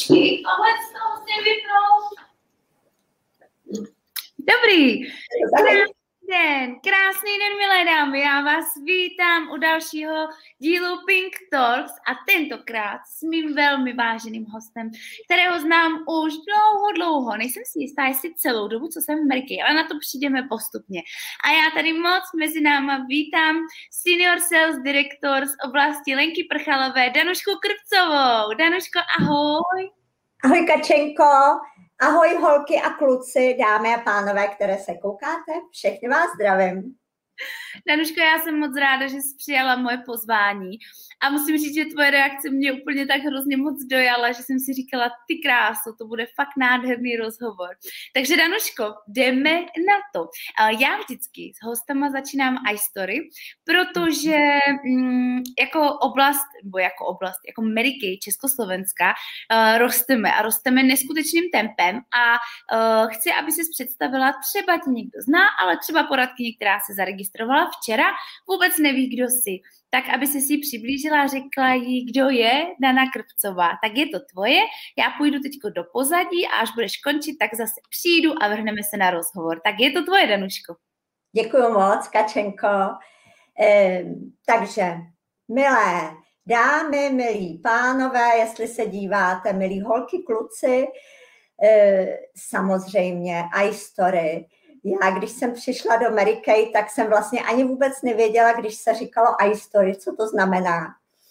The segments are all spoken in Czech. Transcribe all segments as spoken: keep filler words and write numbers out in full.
Počkej, ale z toho se vypnout. Dobrý. Krásný den, krásný den, milé dámy. Já vás vítám u dalšího dílu Pink Talks a tentokrát s mým velmi váženým hostem, kterého znám už dlouho, dlouho. Nejsem si jistá, jestli celou dobu, co jsem v Americe, ale na to přijdeme postupně. A já tady moc mezi náma vítám Senior Sales Director z oblasti Lenky Prchalové, Danušku Krvcovou. Danuško, ahoj. Ahoj, Kačenko. Ahoj holky a kluci, dámy a pánové, které se koukáte, všechny vás zdravím. Danuško, já jsem moc ráda, že jsi přijala moje pozvání a musím říct, že tvoje reakce mě úplně tak hrozně moc dojala, že jsem si říkala, ty kráso, to bude fakt nádherný rozhovor. Takže Danuško, jdeme na to. Já vždycky s hostama začínám iStory, protože mm, jako oblast, nebo jako oblast, jako Ameriky, Československa, uh, rosteme a rosteme neskutečným tempem a uh, chci, aby ses představila, třeba tě někdo zná, ale třeba poradkyně, která se zaregistrovala včera, vůbec neví, kdo jsi. Tak, aby se si přiblížila a řekla jí, kdo je Dana Krvcová. Tak je to tvoje, já půjdu teďko do pozadí a až budeš končit, tak zase přijdu a vrhneme se na rozhovor. Tak je to tvoje, Danuško. Děkuju moc, Kačenko. E, takže, milé dámy, milí pánové, jestli se díváte, milí holky, kluci, e, samozřejmě iStory. Já, když jsem přišla do Ameriky, tak jsem vlastně ani vůbec nevěděla, když se říkalo iStory, co to znamená.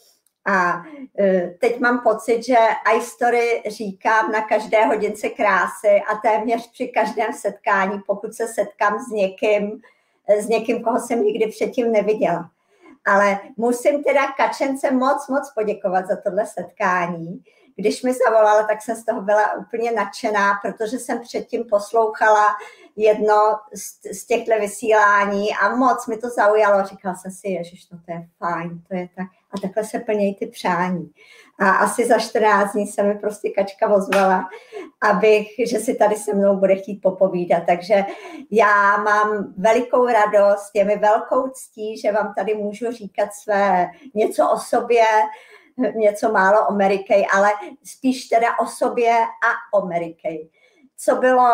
A teď mám pocit, že iStory říkám na každé hodince krásy a téměř při každém setkání, pokud se setkám s někým, s někým, koho jsem nikdy předtím neviděla. Ale musím teda Kačence moc, moc poděkovat za tohle setkání. Když mi zavolala, tak jsem z toho byla úplně nadšená, protože jsem předtím poslouchala jedno z, z těchto vysílání a moc mi to zaujalo. Říkala jsem si, ježiš, no to je fajn, to je tak. A takhle se plnějí ty přání. A asi za čtrnáct dní se mi prostě Kačka ozvala, abych, že si tady se mnou bude chtít popovídat. Takže já mám velikou radost, je mi velkou ctí, že vám tady můžu říkat své něco o sobě, něco málo o Americe, ale spíš teda o sobě a o Americe. Co bylo,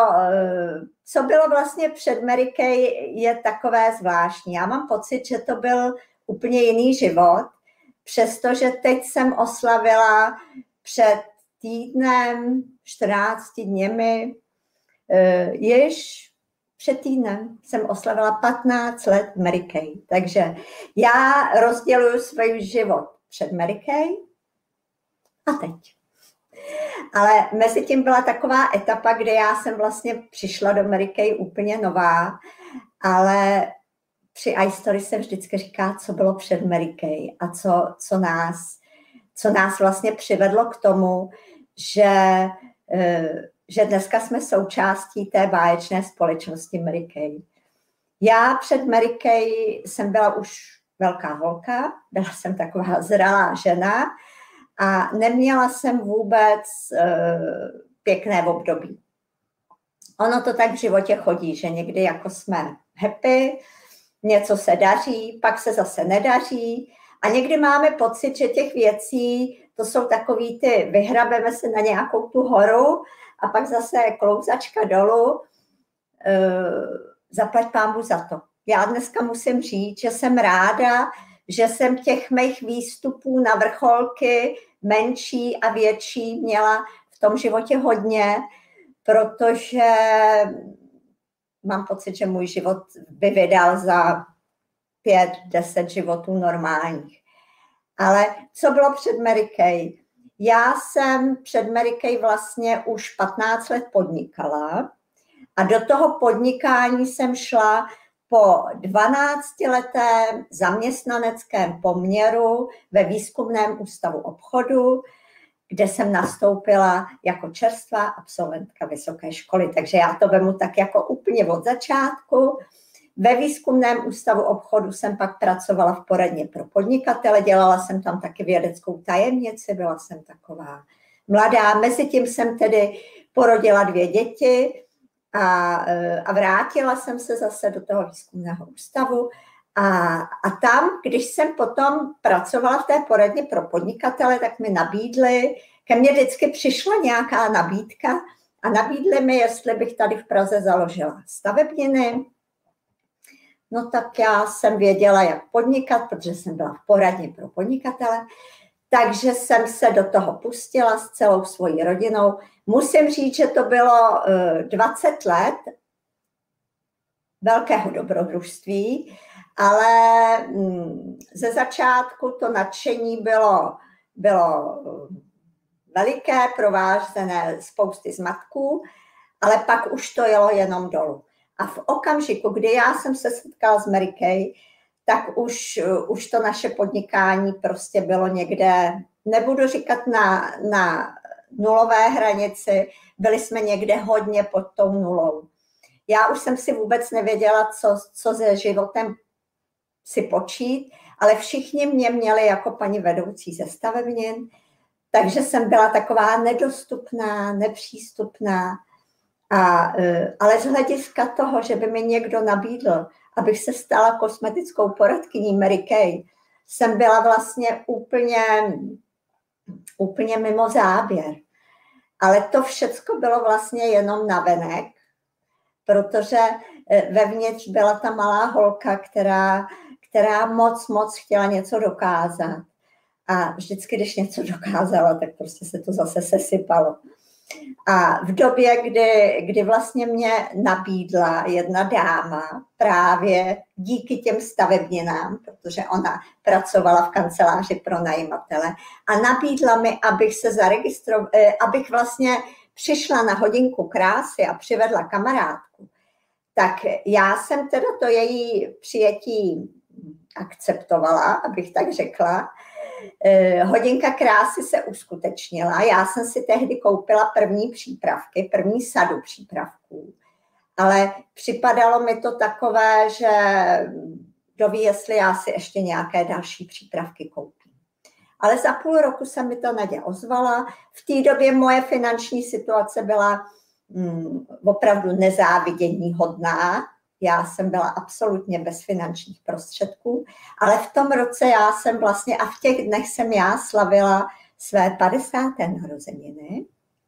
co bylo vlastně před Americe, je takové zvláštní. Já mám pocit, že to byl úplně jiný život, přestože teď jsem oslavila před týdnem, čtrnácti dněmi, již před týdnem jsem oslavila patnáct let v Americe. Takže já rozděluju svůj život před Amerikou a teď. Ale mezi tím byla taková etapa, kde já jsem vlastně přišla do Ameriky úplně nová, ale při iStory se vždycky říká, co bylo před Amerikou a co, co, nás, co nás vlastně přivedlo k tomu, že, že dneska jsme součástí té báječné společnosti Ameriky. Já před Amerikou jsem byla už velká holka, byla jsem taková zralá žena a neměla jsem vůbec uh, pěkné období. Ono to tak v životě chodí, že někdy jako jsme happy, něco se daří, pak se zase nedaří a někdy máme pocit, že těch věcí, to jsou takový ty, vyhrabeme se na nějakou tu horu a pak zase klouzačka dolů, uh, zaplať pánbu za to. Já dneska musím říct, že jsem ráda, že jsem těch mých výstupů na vrcholky menší a větší měla v tom životě hodně, protože mám pocit, že můj život by vydal za pět, deset životů normálních. Ale co bylo před Amerikou? Já jsem před Amerikou vlastně už patnáct let podnikala a do toho podnikání jsem šla po dvanáctiletém zaměstnaneckém poměru ve výzkumném ústavu obchodu, kde jsem nastoupila jako čerstvá absolventka vysoké školy. Takže já to vemu tak jako úplně od začátku. Ve výzkumném ústavu obchodu jsem pak pracovala v poradně pro podnikatele, dělala jsem tam taky vědeckou tajemnici, byla jsem taková mladá. Mezitím jsem tedy porodila dvě děti, A, a vrátila jsem se zase do toho výzkumného ústavu a, a tam, když jsem potom pracovala v té poradně pro podnikatele, tak mi nabídli, ke mně vždycky přišla nějaká nabídka a nabídli mi, jestli bych tady v Praze založila stavebniny. No tak já jsem věděla, jak podnikat, protože jsem byla v poradně pro podnikatele, takže jsem se do toho pustila s celou svojí rodinou. Musím říct, že to bylo dvacet let velkého dobrodružství, ale ze začátku to nadšení bylo, bylo veliké, provázené spousty zmatků, ale pak už to jelo jenom dolů. A v okamžiku, kdy já jsem se setkala s Mary Kay, tak už, už to naše podnikání prostě bylo někde, nebudu říkat na, na nulové hranici, byli jsme někde hodně pod tou nulou. Já už jsem si vůbec nevěděla, co, co se životem si počít, ale všichni mě měli jako paní vedoucí ze stavebnin, takže jsem byla taková nedostupná, nepřístupná. A, ale z hlediska toho, že by mi někdo nabídl, abych se stala kosmetickou poradkyní Mary Kay, jsem byla vlastně úplně, úplně mimo záběr. Ale to všecko bylo vlastně jenom navenek, protože vevnitř byla ta malá holka, která, která moc, moc chtěla něco dokázat. A vždycky, když něco dokázala, tak prostě se to zase sesypalo. A v době, kdy, kdy vlastně mě nabídla jedna dáma právě díky těm stavebninám, protože ona pracovala v kanceláři pro najímatele, a nabídla mi, abych se zaregistrovala, abych vlastně přišla na hodinku krásy a přivedla kamarádku, tak já jsem teda to její přijetí akceptovala, abych tak řekla. Hodinka krásy se uskutečnila. Já jsem si tehdy koupila první přípravky, první sadu přípravků. Ale připadalo mi to takové, že kdo ví, jestli já si ještě nějaké další přípravky koupím. Ale za půl roku se mi to Nadě ozvala. V té době moje finanční situace byla mm, opravdu nezávidění hodná. Já jsem byla absolutně bez finančních prostředků, ale v tom roce já jsem vlastně, a v těch dnech jsem já slavila své padesáté narozeniny.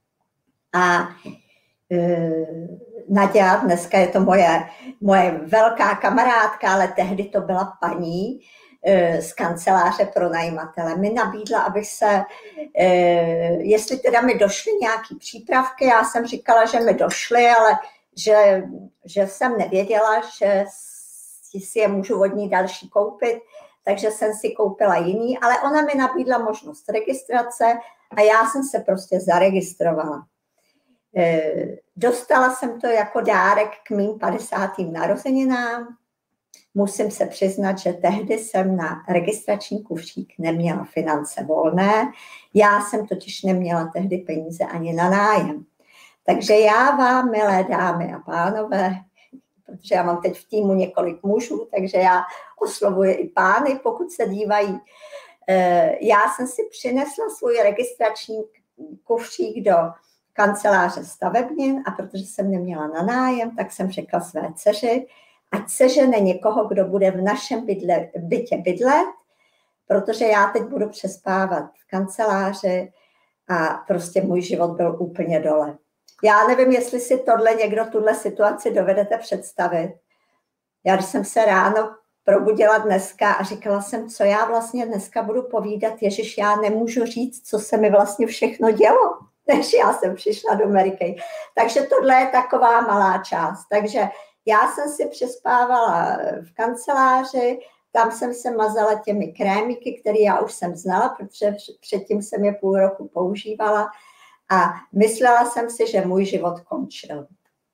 A e, Naďa, dneska je to moje, moje velká kamarádka, ale tehdy to byla paní e, z kanceláře pro najímatele, mi nabídla, abych se, e, jestli teda mi došly nějaký přípravky, já jsem říkala, že mi došly, ale Že, že jsem nevěděla, že si je můžu od ní další koupit, takže jsem si koupila jiný, ale ona mi nabídla možnost registrace a já jsem se prostě zaregistrovala. E, dostala jsem to jako dárek k mým padesátým narozeninám. Musím se přiznat, že tehdy jsem na registrační kufřík neměla finance volné, já jsem totiž neměla tehdy peníze ani na nájem. Takže já vám, milé dámy a pánové, protože já mám teď v týmu několik mužů, takže já oslovuji i pány, pokud se dívají. Já jsem si přinesla svůj registrační kufřík do kanceláře stavebnin a protože jsem neměla na nájem, tak jsem řekla své dceři, ať sežene někoho, kdo bude v našem bydle, bytě bydlet, protože já teď budu přespávat v kanceláři a prostě můj život byl úplně dole. Já nevím, jestli si tohle někdo, tuhle situaci dovedete představit. Já, když jsem se ráno probudila dneska a říkala jsem, co já vlastně dneska budu povídat, ježiš, já nemůžu říct, co se mi vlastně všechno dělo, než já jsem přišla do Mary Kay. Takže tohle je taková malá část. Takže já jsem si přespávala v kanceláři, tam jsem se mazala těmi krémiky, které já už jsem znala, protože předtím jsem je půl roku používala. A myslela jsem si, že můj život končil.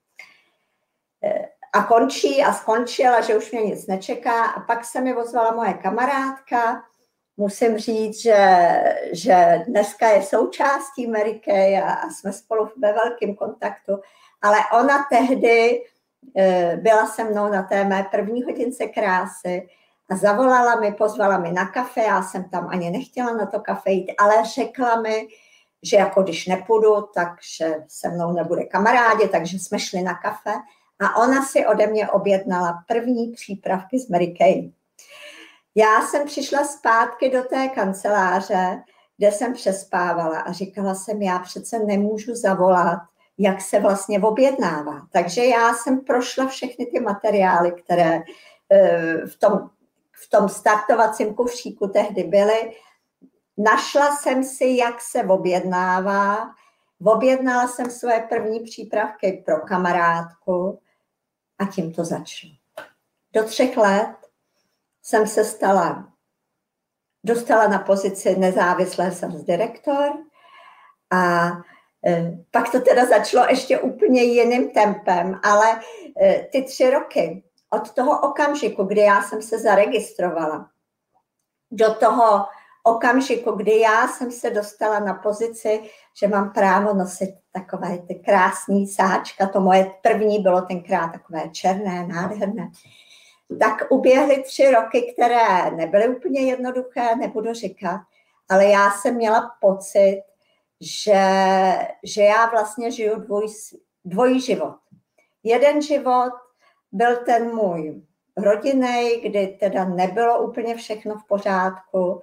A končí a skončil a že už mě nic nečeká. A pak se mi ozvala moje kamarádka. Musím říct, že, že dneska je součástí Mary Kay a, a jsme spolu ve velkém kontaktu. Ale ona tehdy byla se mnou na té mé první hodince krásy a zavolala mi, pozvala mi na kafe. Já jsem tam ani nechtěla na to kafe jít, ale řekla mi, že jako když nepůjdu, takže se mnou nebude kamarádi, takže jsme šli na kafe a ona si ode mě objednala první přípravky z Mary Kay. Já jsem přišla zpátky do té kanceláře, kde jsem přespávala a říkala jsem, já přece nemůžu zavolat, jak se vlastně objednává. Takže já jsem prošla všechny ty materiály, které v tom, v tom startovacím kufříku tehdy byly. Našla jsem si, jak se objednává. Objednala jsem svoje první přípravky pro kamarádku a tím to začalo. Do třech let jsem se stala, dostala na pozici nezávislé sales direktor a e, pak to teda začalo ještě úplně jiným tempem, ale e, ty tři roky od toho okamžiku, kdy já jsem se zaregistrovala, do toho okamžiku, kdy já jsem se dostala na pozici, že mám právo nosit takové ty krásné sáčka, to moje první bylo tenkrát takové černé, nádherné, tak uběhly tři roky, které nebyly úplně jednoduché, nebudu říkat, ale já jsem měla pocit, že, že já vlastně žiju dvoj, dvojí život. Jeden život byl ten můj rodinný, kdy teda nebylo úplně všechno v pořádku.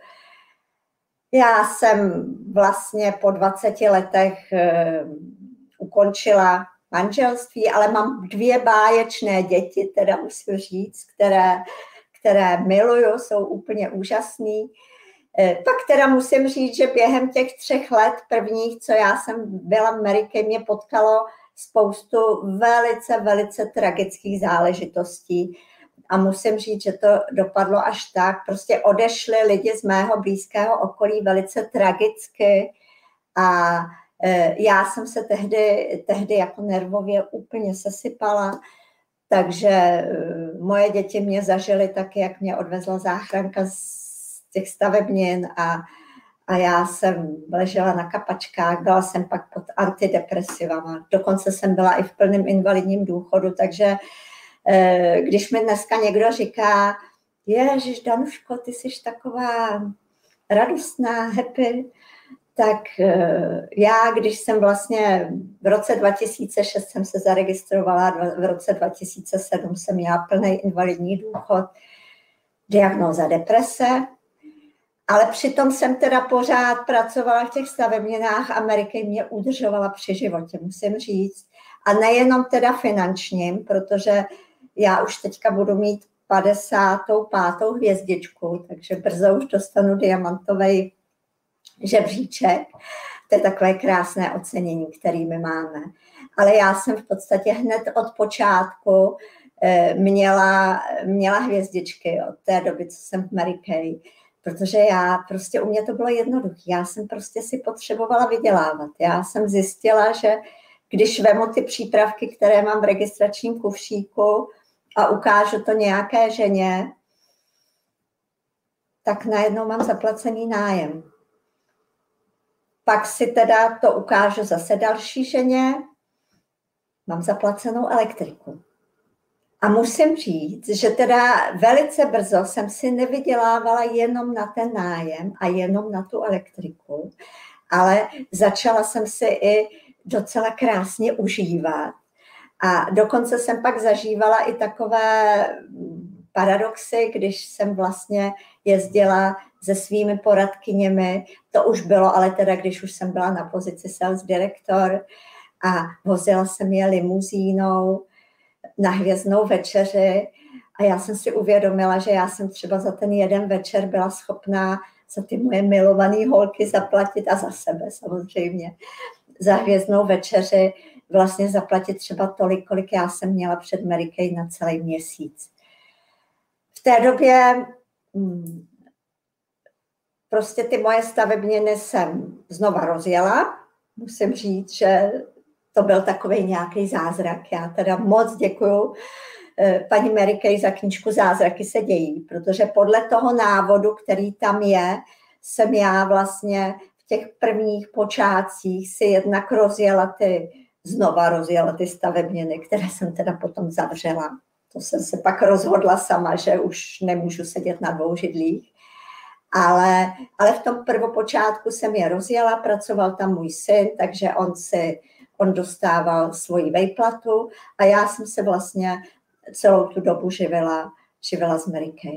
Já jsem vlastně po dvaceti letech uh, ukončila manželství, ale mám dvě báječné děti, teda musím říct, které, které miluju, jsou úplně úžasný. Pak teda musím říct, že během těch třech let prvních, co já jsem byla v Americe, mě potkalo spoustu velice, velice tragických záležitostí. A musím říct, že to dopadlo až tak. Prostě odešli lidi z mého blízkého okolí velice tragicky a já jsem se tehdy, tehdy jako nervově úplně sesypala, takže moje děti mě zažily taky, jak mě odvezla záchranka z těch stavebnin a, a já jsem ležela na kapačkách, byla jsem pak pod antidepresivama, dokonce jsem byla i v plném invalidním důchodu, takže když mi dneska někdo říká, ježiš, Danuško, ty jsi taková radostná, happy, tak já, když jsem vlastně v roce dva tisíce šest jsem se zaregistrovala, v roce dva tisíce sedm jsem měla plný invalidní důchod, diagnóza deprese, ale přitom jsem teda pořád pracovala v těch stavebninách, Ameriky mě udržovala při životě, musím říct. A nejenom teda finančním, protože já už teďka budu mít padesátou pátou hvězdičku, takže brzo už dostanu diamantový žebříček. To je takové krásné ocenění, které my máme. Ale já jsem v podstatě hned od počátku měla, měla hvězdičky od té doby, co jsem v Mary Kay, protože já prostě, u mě to bylo jednoduché. Já jsem prostě si potřebovala vydělávat. Já jsem zjistila, že když vemu ty přípravky, které mám v registračním kufříku a ukážu to nějaké ženě, tak najednou mám zaplacený nájem. Pak si teda to ukážu zase další ženě, mám zaplacenou elektriku. A musím říct, že teda velice brzo jsem si nevydělávala jenom na ten nájem a jenom na tu elektriku, ale začala jsem si i docela krásně užívat. A dokonce jsem pak zažívala i takové paradoxy, když jsem vlastně jezdila se svými poradkyněmi, to už bylo, ale teda když už jsem byla na pozici sales director a vozila jsem je limuzínou na hvězdnou večeři a já jsem si uvědomila, že já jsem třeba za ten jeden večer byla schopná za ty moje milované holky zaplatit a za sebe samozřejmě za hvězdnou večeři vlastně zaplatit třeba tolik, kolik já jsem měla před Mary Kay na celý měsíc. V té době prostě ty moje stavebniny jsem znova rozjela. Musím říct, že to byl takový nějaký zázrak. Já teda moc děkuju paní Mary Kay za knížku Zázraky se dějí, protože podle toho návodu, který tam je, jsem já vlastně v těch prvních počátcích si jednak rozjela ty, znova rozjela ty stavebniny, které jsem teda potom zavřela. To jsem se pak rozhodla sama, že už nemůžu sedět na dvou židlích. Ale, ale v tom prvopočátku jsem je rozjela, pracoval tam můj syn, takže on si, on dostával svoji vejplatu a já jsem se vlastně celou tu dobu živila, živila z Mary Kay.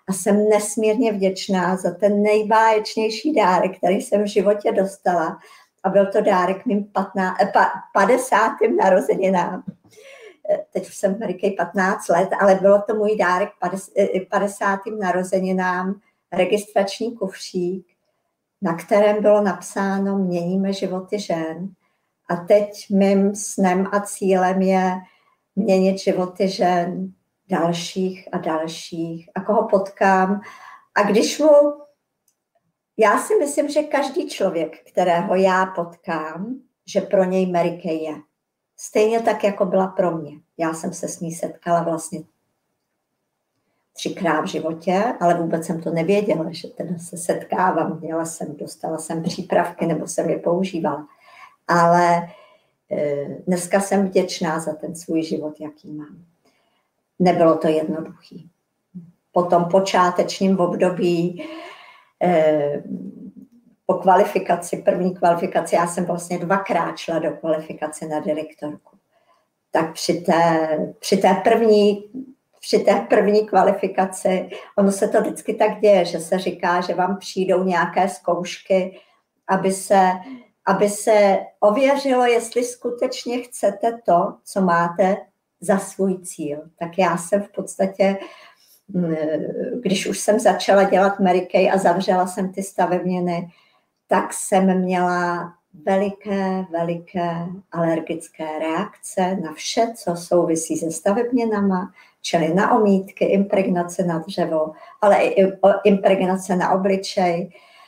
a jsem nesmírně vděčná za ten nejbáječnější dárek, který jsem v životě dostala. A byl to dárek mým padesátým narozeninám. Teď už jsem Mary patnáct let, ale bylo to můj dárek padesátým narozeninám, registrační kufřík, na kterém bylo napsáno Měníme životy žen. A teď mým snem a cílem je měnit životy žen dalších a dalších. A koho potkám. A když mu, já si myslím, že každý člověk, kterého já potkám, že pro něj Mary Kay je. Stejně tak, jako byla pro mě. Já jsem se s ní setkala vlastně třikrát v životě, ale vůbec jsem to nevěděla, že teda se setkávám. Měla jsem, dostala jsem přípravky, nebo jsem je používala. Ale e, dneska jsem vděčná za ten svůj život, jaký mám. Nebylo to jednoduchý. Po tom počátečním období, e, po kvalifikaci, první kvalifikaci, já jsem vlastně dvakrát šla do kvalifikace na direktorku. Tak při té, při té první Při té první kvalifikaci, ono se to vždycky tak děje, že se říká, že vám přijdou nějaké zkoušky, aby se, aby se ověřilo, jestli skutečně chcete to, co máte za svůj cíl. Tak já jsem v podstatě, když už jsem začala dělat Mary Kay a zavřela jsem ty stavebniny, tak jsem měla veliké, veliké alergické reakce na vše, co souvisí se stavebninama, čili na omítky, impregnace na dřevo, ale i impregnace na obličej.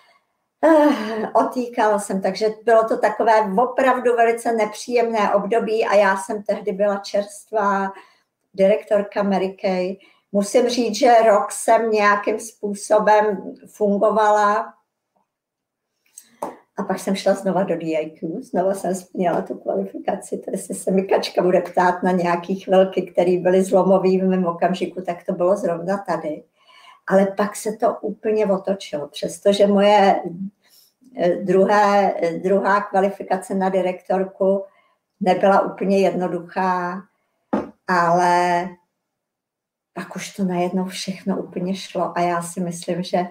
Otýkala jsem, takže bylo to takové opravdu velice nepříjemné období a já jsem tehdy byla čerstvá direktorka Mary Kay. Musím říct, že rok jsem nějakým způsobem fungovala a pak jsem šla znova do D I Q, znova jsem splnila tu kvalifikaci, tedy se mi Kačka bude ptát na nějaký chvilky, které byly zlomový v mém okamžiku, tak to bylo zrovna tady. Ale pak se to úplně otočilo, přestože moje druhé, druhá kvalifikace na direktorku nebyla úplně jednoduchá, ale pak už to najednou všechno úplně šlo a já si myslím, že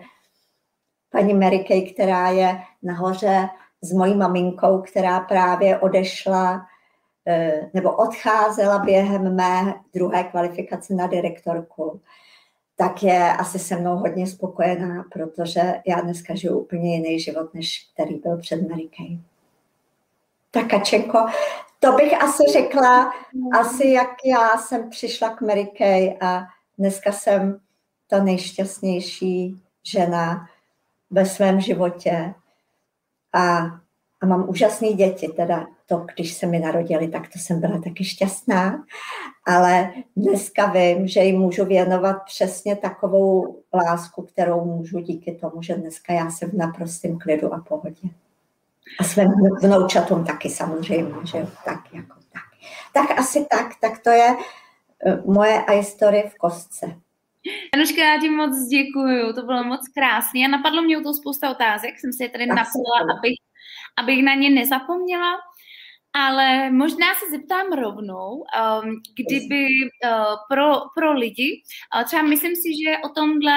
paní Mary Kay, která je nahoře s mojí maminkou, která právě odešla nebo odcházela během mé druhé kvalifikace na direktorku, tak je asi se mnou hodně spokojená, protože já dneska žiju úplně jiný život, než který byl před Mary Kay. Tak Kačenko, to bych asi řekla, asi jak já jsem přišla k Mary Kay a dneska jsem ta nejšťastnější žena ve svém životě a, a mám úžasné děti, teda to, když se mi narodili, tak to jsem byla taky šťastná, ale dneska vím, že jim můžu věnovat přesně takovou lásku, kterou můžu díky tomu, že dneska já jsem v naprostém klidu a pohodě. A svým vnoučatům taky samozřejmě, že jo, tak jako tak. Tak asi tak, tak to je moje historie v kostce. Januška, já ti moc děkuju, to bylo moc krásné a napadlo mě u toho spousta otázek, jsem si je tady napsala, abych, abych na ně nezapomněla, ale možná se zeptám rovnou, um, kdyby uh, pro, pro lidi, uh, třeba myslím si, že o tomhle,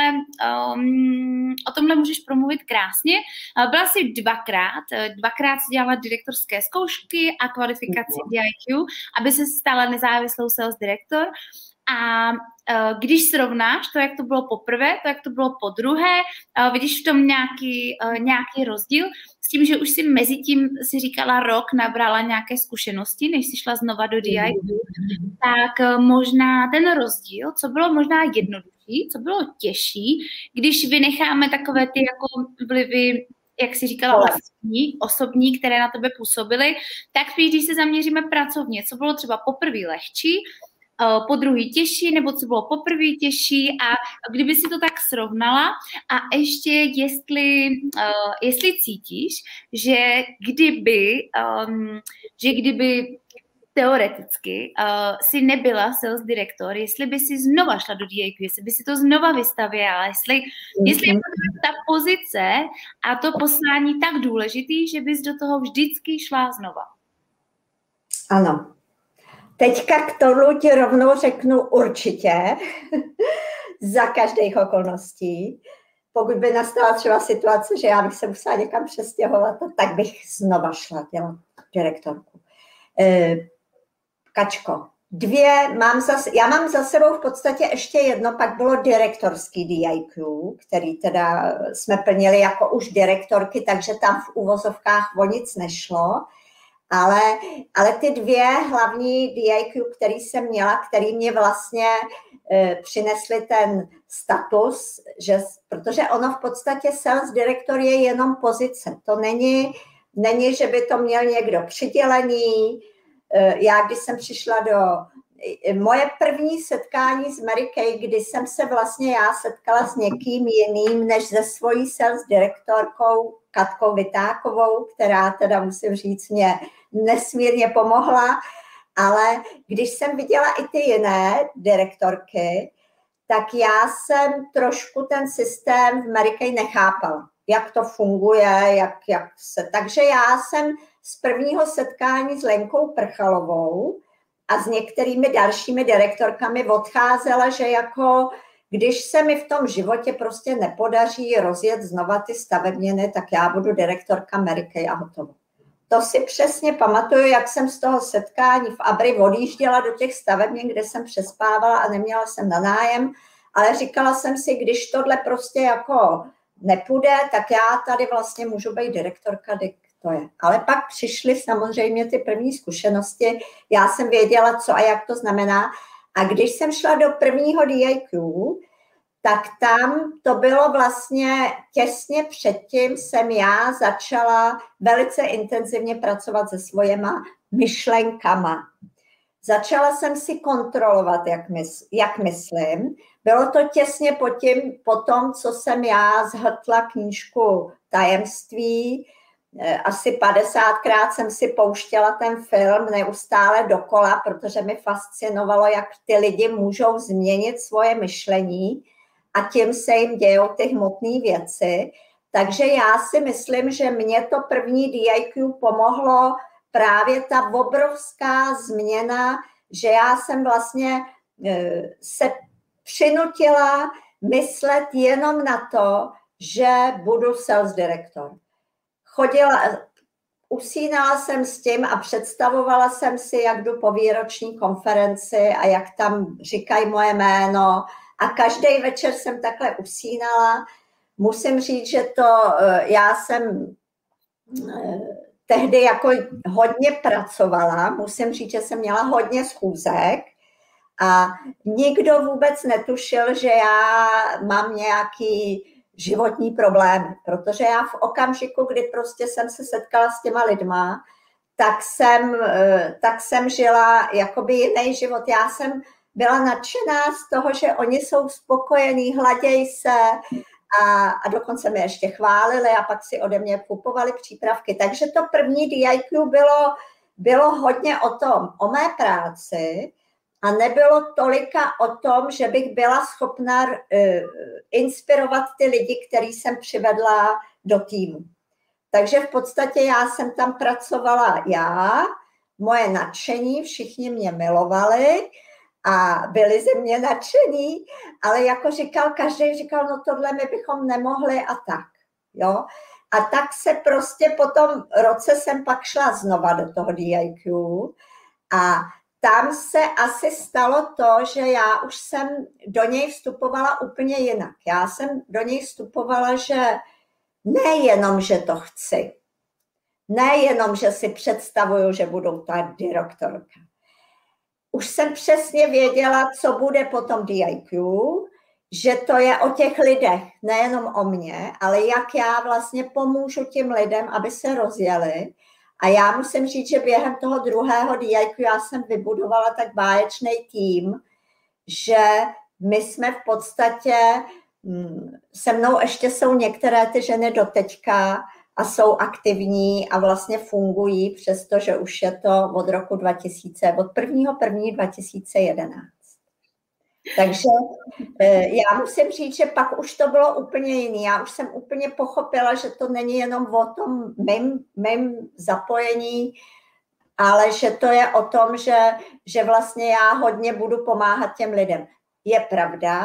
um, o tomhle můžeš promluvit krásně. Uh, byla jsi dvakrát, uh, dvakrát si dělala direktorské zkoušky a kvalifikaci D I Q, aby se stala nezávislou sales direktor. A uh, když srovnáš to, jak to bylo poprvé, to, jak to bylo po druhé, uh, vidíš v tom nějaký, uh, nějaký rozdíl s tím, že už si mezi tím, si říkala, rok nabrala nějaké zkušenosti, než jsi šla znova do D I Q, tak uh, možná ten rozdíl, co bylo možná jednodušší, co bylo těžší, když vynecháme takové ty jako vlivy, jak jsi říkala, osobní, osobní, které na tebe působily, tak spíš, když se zaměříme pracovně, co bylo třeba poprvé lehčí, po druhý těžší, nebo co bylo poprvé těžší a kdyby si to tak srovnala a ještě jestli, uh, jestli cítíš, že kdyby, um, že kdyby teoreticky uh, si nebyla sales direktor, jestli by si znova šla do D I Q, jestli by si to znova vystavěla, jestli, jestli je ta pozice a to poslání tak důležitý, že bys do toho vždycky šla znova. Ano. Teďka k tomu ti rovnou řeknu určitě. za každých okolností. Pokud by nastala třeba situace, že já bych se musela někam přestěhovat, tak bych znova šla dělat direktorku. Kačko, dvě, mám za, já mám za sebou v podstatě ještě jedno, pak bylo direktorský D I Q, který teda jsme plnili jako už direktorky, takže tam v uvozovkách o nic nešlo, ale, ale ty dvě hlavní D I Q, který jsem měla, který mě vlastně e, přinesly ten status, že, protože ono v podstatě sales director je jenom pozice, to není, není, že by to měl někdo přidělený. Já, když jsem přišla do moje první setkání s Mary Kay, kdy jsem se vlastně já setkala s někým jiným než se svojí sales direktorkou Katkou Vytákovou, která teda musím říct mě nesmírně pomohla, ale když jsem viděla i ty jiné direktorky, tak já jsem trošku ten systém v Mary Kay nechápala, jak to funguje, jak, jak se, takže já jsem z prvního setkání s Lenkou Prchalovou a s některými dalšími direktorkami odcházela, že jako když se mi v tom životě prostě nepodaří rozjet znova ty stavebniny, tak já budu direktorka Mary Kay a hotovo. To si přesně pamatuju, jak jsem z toho setkání v Abry odjížděla do těch stavebnin, kde jsem přespávala a neměla jsem na nájem, ale říkala jsem si, když tohle prostě jako nepůjde, tak já tady vlastně můžu být direktorka. To je. Ale pak přišly samozřejmě ty první zkušenosti, já jsem věděla, co a jak to znamená. A když jsem šla do prvního D I Q, tak tam to bylo vlastně těsně předtím jsem já začala velice intenzivně pracovat se svojima myšlenkama. Začala jsem si kontrolovat, jak, mys, jak myslím. Bylo to těsně po, tím, po tom, co jsem já zhltla knížku Tajemství. Asi padesátkrát jsem si pouštěla ten film neustále dokola, protože mi fascinovalo, jak ty lidi můžou změnit svoje myšlení a tím se jim dějou ty hmotné věci. Takže já si myslím, že mě to první D I Q pomohlo právě ta obrovská změna, že já jsem vlastně se přinutila myslet jenom na to, že budu sales director. Chodila, usínala jsem s tím a představovala jsem si, jak jdu po výroční konferenci a jak tam říkají moje jméno. A každý večer jsem takhle usínala. Musím říct, že to já jsem tehdy jako hodně pracovala. Musím říct, že jsem měla hodně schůzek a nikdo vůbec netušil, že já mám nějaký životní problémy, protože já v okamžiku, kdy prostě jsem se setkala s těma lidma, tak jsem, tak jsem žila jakoby jiný život. Já jsem byla nadšená z toho, že oni jsou spokojení, hladějí se a, a dokonce mě ještě chválili a pak si ode mě kupovali přípravky. Takže to první D I Q bylo, bylo hodně o tom, o mé práci, a nebylo tolika o tom, že bych byla schopna uh, inspirovat ty lidi, který jsem přivedla do týmu. Takže v podstatě já jsem tam pracovala já, moje nadšení, všichni mě milovali a byli ze mě nadšení, ale jako říkal, každý říkal, no tohle my bychom nemohli a tak. Jo? A tak se prostě po tom roce jsem pak šla znova do toho D I Q a tam se asi stalo to, že já už jsem do něj vstupovala úplně jinak. Já jsem do něj vstupovala, že nejenom, že to chci, nejenom, že si představuju, že budu ta direktorka. Už jsem přesně věděla, co bude potom D I Q, že to je o těch lidech, nejenom o mně, ale jak já vlastně pomůžu těm lidem, aby se rozjeli. A já musím říct, že během toho druhého D I Q já jsem vybudovala tak báječný tým, že my jsme v podstatě, se mnou ještě jsou některé ty ženy doteďka a jsou aktivní a vlastně fungují, přestože už je to od roku dva tisíce, od prvního prvního dva tisíce jedenáct. Takže já musím říct, že pak už to bylo úplně jiný. Já už jsem úplně pochopila, že to není jenom o tom mým, mým zapojení, ale že to je o tom, že, že vlastně já hodně budu pomáhat těm lidem. Je pravda,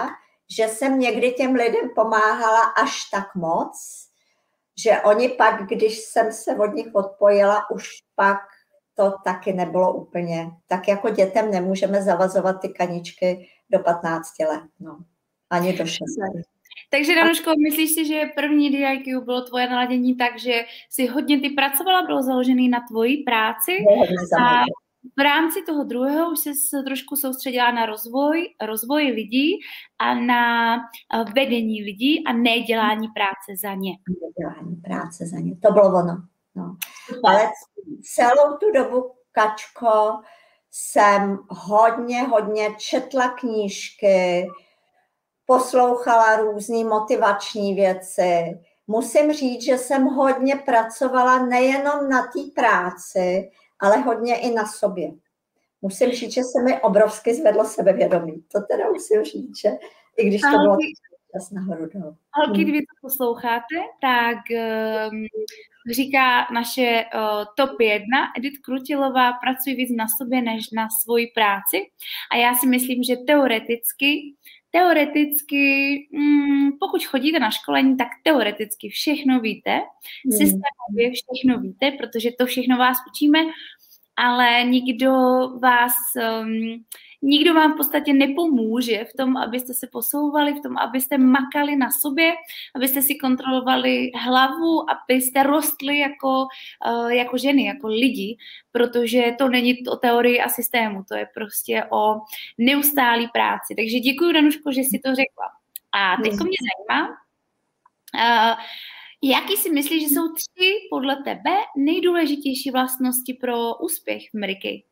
že jsem někdy těm lidem pomáhala až tak moc, že oni pak, když jsem se od nich odpojila, už pak to taky nebylo úplně. Tak jako dětem nemůžeme zavazovat ty kaničky do patnácti let, no. Ani do šesti. Takže, Danuško, myslíš si, že první D I Q bylo tvoje naladění tak, že jsi hodně ty pracovala, bylo založený na tvojí práci a v rámci toho druhého už jsi se trošku soustředila na rozvoj, rozvoj lidí a na vedení lidí a nedělání práce za ně. Nedělání práce za ně, to bylo ono. No. Ale celou tu dobu, Kačko, jsem hodně, hodně četla knížky, poslouchala různé motivační věci. Musím říct, že jsem hodně pracovala nejenom na té práci, ale hodně i na sobě. Musím říct, že se mi obrovsky zvedlo sebevědomí. To teda musím říct, že i když to bylo čas nahoru dolů. Holky, kdyby to posloucháte, tak um, říká naše uh, top jedna, Edith Krutilová, pracuj víc na sobě než na svoji práci. A já si myslím, že teoreticky Teoreticky, mm, pokud chodíte na školení, tak teoreticky všechno víte, hmm. systémově všechno víte, protože to všechno vás učíme, ale nikdo vás, um, nikdo vám v podstatě nepomůže v tom, abyste se posouvali, v tom, abyste makali na sobě, abyste si kontrolovali hlavu, abyste rostli jako, uh, jako ženy, jako lidi, protože to není o teorii a systému, to je prostě o neustálý práci. Takže děkuji, Danuško, že jsi to řekla. A teď mě zajímá, uh, jaký si myslíš, že jsou tři podle tebe nejdůležitější vlastnosti pro úspěch v Mary Kay?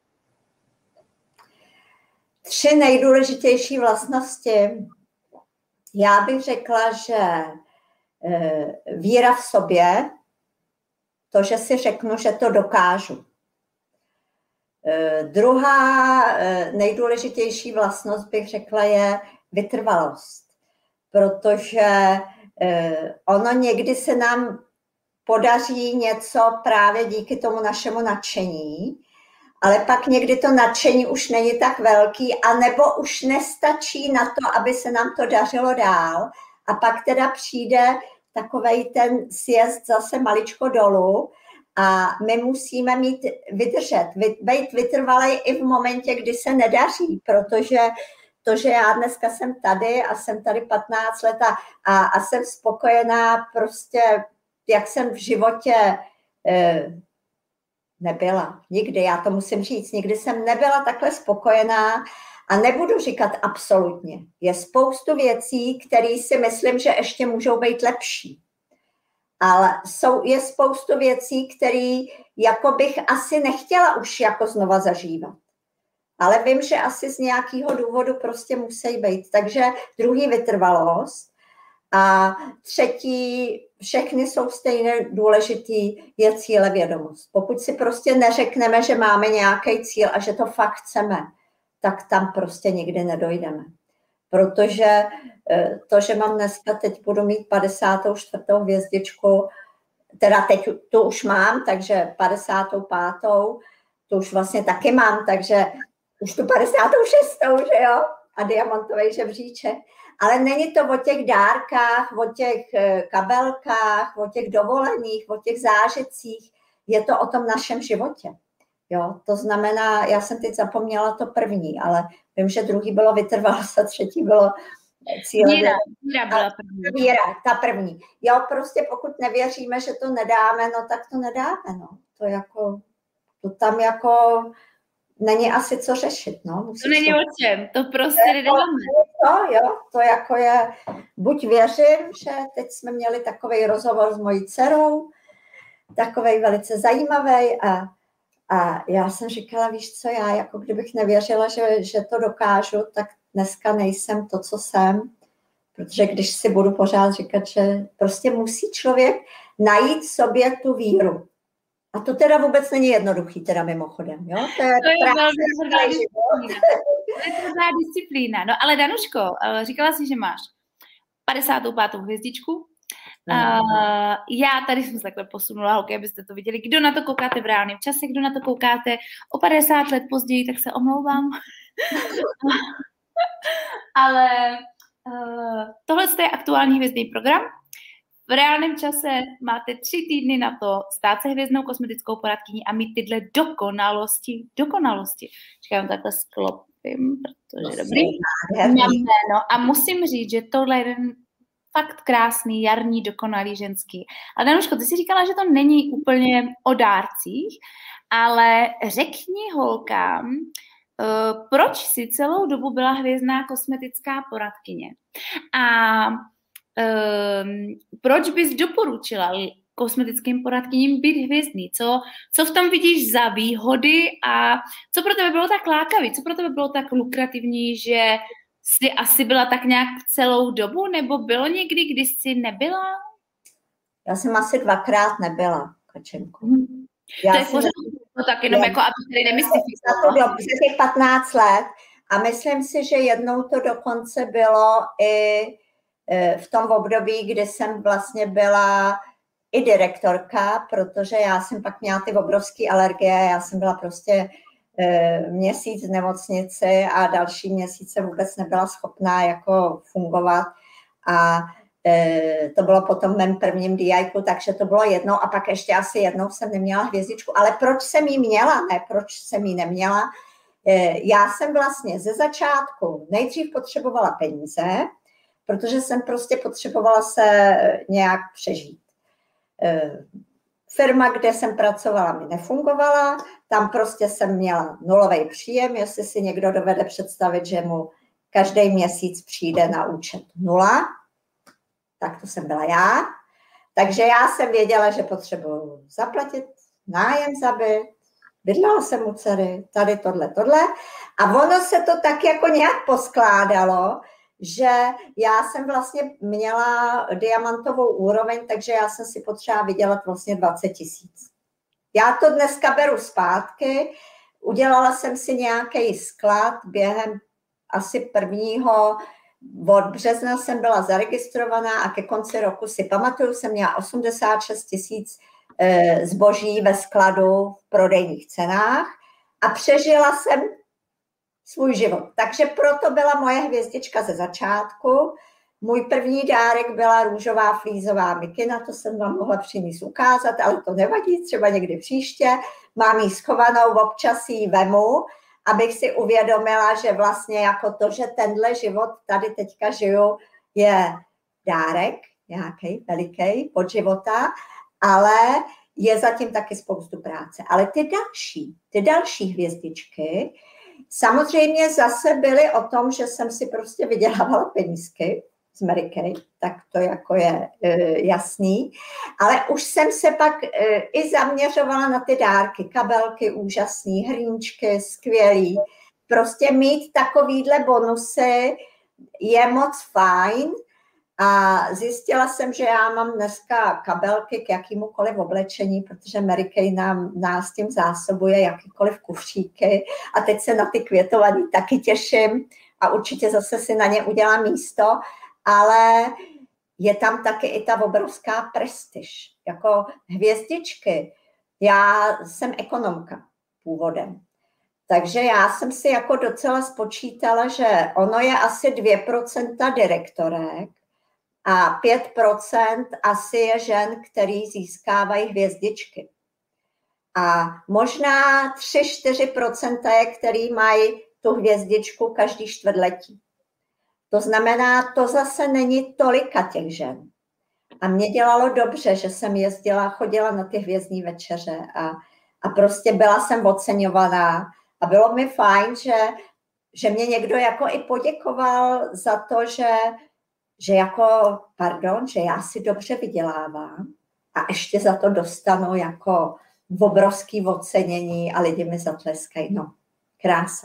Tři nejdůležitější vlastnosti. Já bych řekla, že víra v sobě, to, že si řeknu, že to dokážu. Druhá nejdůležitější vlastnost bych řekla je vytrvalost, protože ono někdy se nám podaří něco právě díky tomu našemu nadšení, ale pak někdy to nadšení už není tak velký, anebo už nestačí na to, aby se nám to dařilo dál. A pak teda přijde takovej ten sjezd zase maličko dolů a my musíme mít vydržet, být vytrvalej i v momentě, kdy se nedaří, protože to, že já dneska jsem tady a jsem tady patnáct let a, a, a jsem spokojená prostě, jak jsem v životě eh, nebyla. Nikdy, já to musím říct, nikdy jsem nebyla takhle spokojená a nebudu říkat absolutně. Je spoustu věcí, které si myslím, že ještě můžou být lepší. Ale jsou, je spoustu věcí, které jako bych asi nechtěla už jako znova zažívat. Ale vím, že asi z nějakého důvodu prostě musí být. Takže druhý vytrvalost. A třetí, všechny jsou stejně důležitý, je cílevědomost. Pokud si prostě neřekneme, že máme nějaký cíl a že to fakt chceme, tak tam prostě nikdy nedojdeme. Protože to, že mám dneska, teď budu mít padesátou čtvrtou hvězdičku, teda teď tu už mám, takže padesátou pátou, tu už vlastně taky mám, takže už tu padesátou šestou, že jo? A diamantový žebříček. Ale není to o těch dárkách, o těch kabelkách, o těch dovoleních, o těch zážitcích. Je to o tom našem životě. Jo? To znamená, já jsem teď zapomněla to první, ale vím, že druhý bylo vytrvalost a třetí bylo cíle. Víra, víra byla první. Víra, ta první. Jo, prostě pokud nevěříme, že to nedáme, no tak to nedáme. No. To jako, to tam jako není asi co řešit, no. Musíš to není to... o čem, to prostě nedáme. To, jo, to jako je, buď věřím, že teď jsme měli takovej rozhovor s mojí dcerou, takovej velice zajímavý a, a já jsem říkala, víš co, já jako kdybych nevěřila, že, že to dokážu, tak dneska nejsem to, co jsem, protože když si budu pořád říkat, že prostě musí člověk najít sobě tu víru. A to teda vůbec není jednoduchý, teda mimochodem, jo? To je, to je velmi tvrdá disciplína. To je tvrdá disciplína. No ale Danuško, říkala jsi, že máš padesátou pátou hvězdičku. Mm. Uh, já tady jsem se takhle posunula, holky, abyste to viděli. Kdo na to koukáte v reálném čase, kdo na to koukáte o padesát let později, tak se omlouvám. Ale Uh, tohle je aktuální hvězdný program. V reálném čase máte tři týdny na to stát se hvězdnou kosmetickou poradkyní a mít tyhle dokonalosti, dokonalosti. Říkám takhle sklopím, protože no, dobrý. Mám jméno a musím říct, že tohle je jeden fakt krásný, jarní, dokonalý ženský. A Danuško, ty jsi říkala, že to není úplně o dárcích, ale řekni holkám, uh, proč si celou dobu byla hvězdná kosmetická poradkyně a um, proč bys doporučila kosmetickým poradkyním být hvězdný? Co, co v tom vidíš za výhody a co pro tebe bylo tak lákavý? Co pro tebe bylo tak lukrativní, že jsi asi byla tak nějak celou dobu, nebo bylo někdy, kdy jsi nebyla? Já jsem asi dvakrát nebyla, Kačenko. Hmm. Já to je pořád to tak jenom jako, aby tady nemystifikovala. Za těch patnáct let a myslím si, že jednou to dokonce bylo i v tom období, kdy jsem vlastně byla i direktorka, protože já jsem pak měla ty obrovské alergie, já jsem byla prostě měsíc v nemocnici a další měsíce vůbec nebyla schopná jako fungovat a e, to bylo potom v mém prvním D I ku, takže to bylo jednou a pak ještě asi jednou jsem neměla hvězdičku, ale proč jsem jí měla, ne proč jsem jí neměla, e, já jsem vlastně ze začátku nejdřív potřebovala peníze, protože jsem prostě potřebovala se nějak přežít. E, Firma, kde jsem pracovala, mi nefungovala, tam prostě jsem měla nulový příjem, jestli si někdo dovede představit, že mu každý měsíc přijde na účet nula, tak to jsem byla já. Takže já jsem věděla, že potřebuji zaplatit nájem za byt, bydlela jsem u dcery, tady tohle, tohle. A ono se to tak jako nějak poskládalo, že já jsem vlastně měla diamantovou úroveň, takže já jsem si potřeba vydělat vlastně dvacet tisíc. Já to dneska beru zpátky, udělala jsem si nějaký sklad během asi prvního, od března jsem byla zaregistrovaná a ke konci roku si pamatuju, jsem měla osmdesát šest tisíc zboží ve skladu v prodejních cenách a přežila jsem svůj život. Takže proto byla moje hvězdička ze začátku. Můj první dárek byla růžová flízová mikina, to jsem vám mohla přinést ukázat, ale to nevadí, třeba někdy příště. Mám ji schovanou, občas ji vemu, abych si uvědomila, že vlastně jako to, že tenhle život tady teďka žiju, je dárek, nějaký veliký od života, ale je zatím taky spoustu práce. Ale ty další, ty další hvězdičky, samozřejmě zase byly o tom, že jsem si prostě vydělávala penízky z Mary Kay, tak to jako je e, jasný. Ale už jsem se pak e, i zaměřovala na ty dárky, kabelky úžasný, hrníčky skvělý. Prostě mít takovýhle bonusy je moc fajn. A zjistila jsem, že já mám dneska kabelky k jakýmukoliv oblečení, protože Mary Kay nám, nás tím zásobuje jakýkoliv kufříky. A teď se na ty květovaný taky těším a určitě zase si na ně udělám místo. Ale je tam taky i ta obrovská prestiž. Jako hvězdičky. Já jsem ekonomka původem. Takže já jsem si jako docela spočítala, že ono je asi dvě procenta direktorek, a pět procent asi je žen, který získávají hvězdičky. A možná tři až čtyři procenta je, který mají tu hvězdičku každý čtvrtletí. To znamená, to zase není tolika těch žen. A mě dělalo dobře, že jsem jezdila, chodila na ty hvězdní večeře a, a prostě byla jsem oceňovaná. A bylo mi fajn, že, že mě někdo jako i poděkoval za to, že že jako, pardon, že já si dobře vydělávám a ještě za to dostanu jako obrovský ocenění a lidi mi zatleskají. No, krása.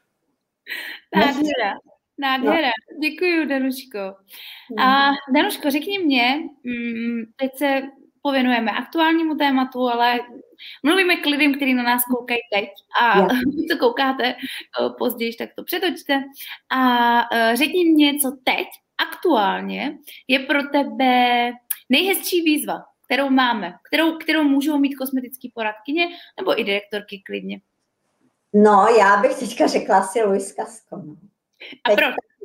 Nádhera, nádhera. No. Děkuju, Danuško. A Danuško, řekni mě, teď se pověnujeme aktuálnímu tématu, ale mluvíme k lidem, kteří na nás koukají teď a ja. co koukáte později, tak to přetočte. A řekni mě, co teď aktuálně je pro tebe nejhezčí výzva, kterou máme, kterou, kterou můžou mít kosmetické poradkyně nebo i direktorky klidně. No, já bych teďka řekla si Luis Casco. A proč?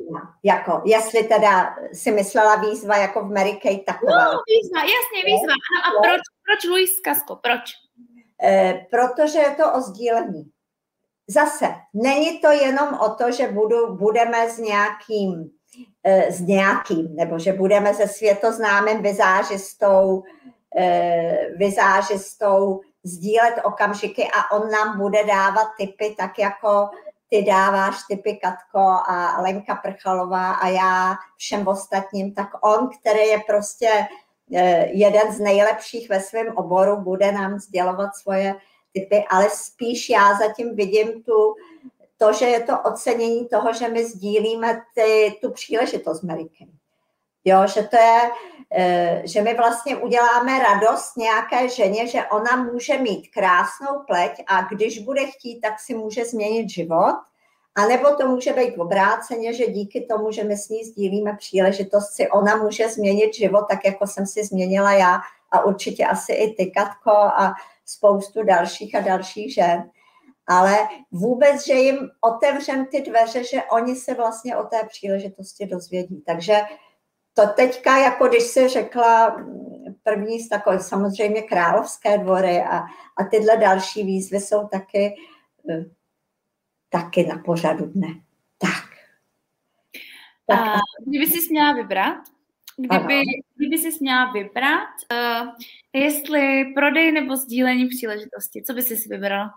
Jako, jestli teda si myslela výzva jako v Mary Kay taková. No, výzva, jasně, výzva. A, a proč, proč Louise Casco, proč? E, protože je to o sdílení. Zase, není to jenom o to, že budu, budeme s nějakým, e, s nějakým, nebo že budeme se světoznámým vizážistou, e, vizážistou sdílet okamžiky a on nám bude dávat tipy, tak jako ty dáváš tipy, Katko, a Lenka Prchalová a já všem ostatním, tak on, který je prostě jeden z nejlepších ve svém oboru, bude nám sdělovat svoje tipy, ale spíš já zatím vidím tu, to, že je to ocenění toho, že my sdílíme ty, tu příležitost Mary Kay. Jo, že to je, že my vlastně uděláme radost nějaké ženě, že ona může mít krásnou pleť a když bude chtít, tak si může změnit život. A nebo to může být obráceně, že díky tomu, že my s ní sdílíme příležitost, si ona může změnit život, tak jako jsem si změnila já a určitě asi i ty, Katko, a spoustu dalších a dalších žen. Ale vůbec, že jim otevřem ty dveře, že oni se vlastně o té příležitosti dozvědí. Takže to teďka, jako když si řekla první z takových, samozřejmě Královské dvory a, a tyhle další výzvy jsou taky, taky na pořadu dne. Tak. tak a kdyby jsi směla vybrat, kdyby, kdyby jsi směla vybrat, uh, jestli prodej nebo sdílení příležitosti, co by jsi si vybrala?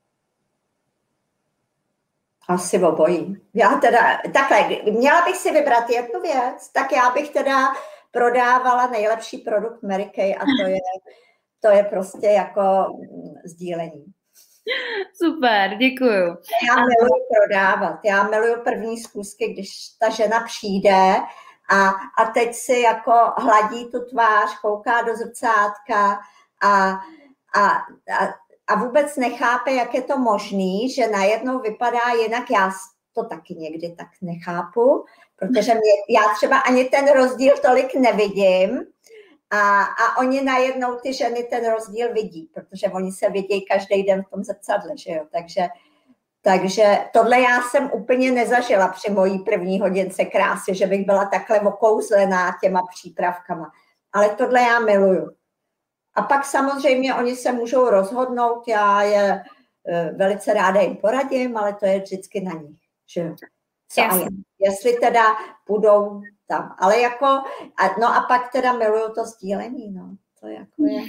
Asi obojí. Já teda, takhle, měla bych si vybrat jednu věc, tak já bych teda prodávala nejlepší produkt Mary Kay a to je, to je prostě jako sdílení. Super, děkuju. Já miluji prodávat, já miluji první schůzky, když ta žena přijde a, a teď si jako hladí tu tvář, kouká do zrcátka a, a, a A vůbec nechápe, jak je to možný, že najednou vypadá jinak. Já to taky někdy tak nechápu, protože mě, já třeba ani ten rozdíl tolik nevidím a, a oni najednou ty ženy ten rozdíl vidí, protože oni se vidí každý den v tom zrcadle, že jo. Takže, takže tohle já jsem úplně nezažila při mojí první hodince krásy, že bych byla takhle okouzlená těma přípravkama. Ale tohle já miluju. A pak samozřejmě oni se můžou rozhodnout, já je velice ráda jim poradím, ale to je vždycky na nich. Že? Co a jestli teda budou tam. Ale jako, a, no a pak teda miluju to sdílení, no. To jako je.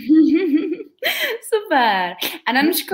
Super. A Danuško,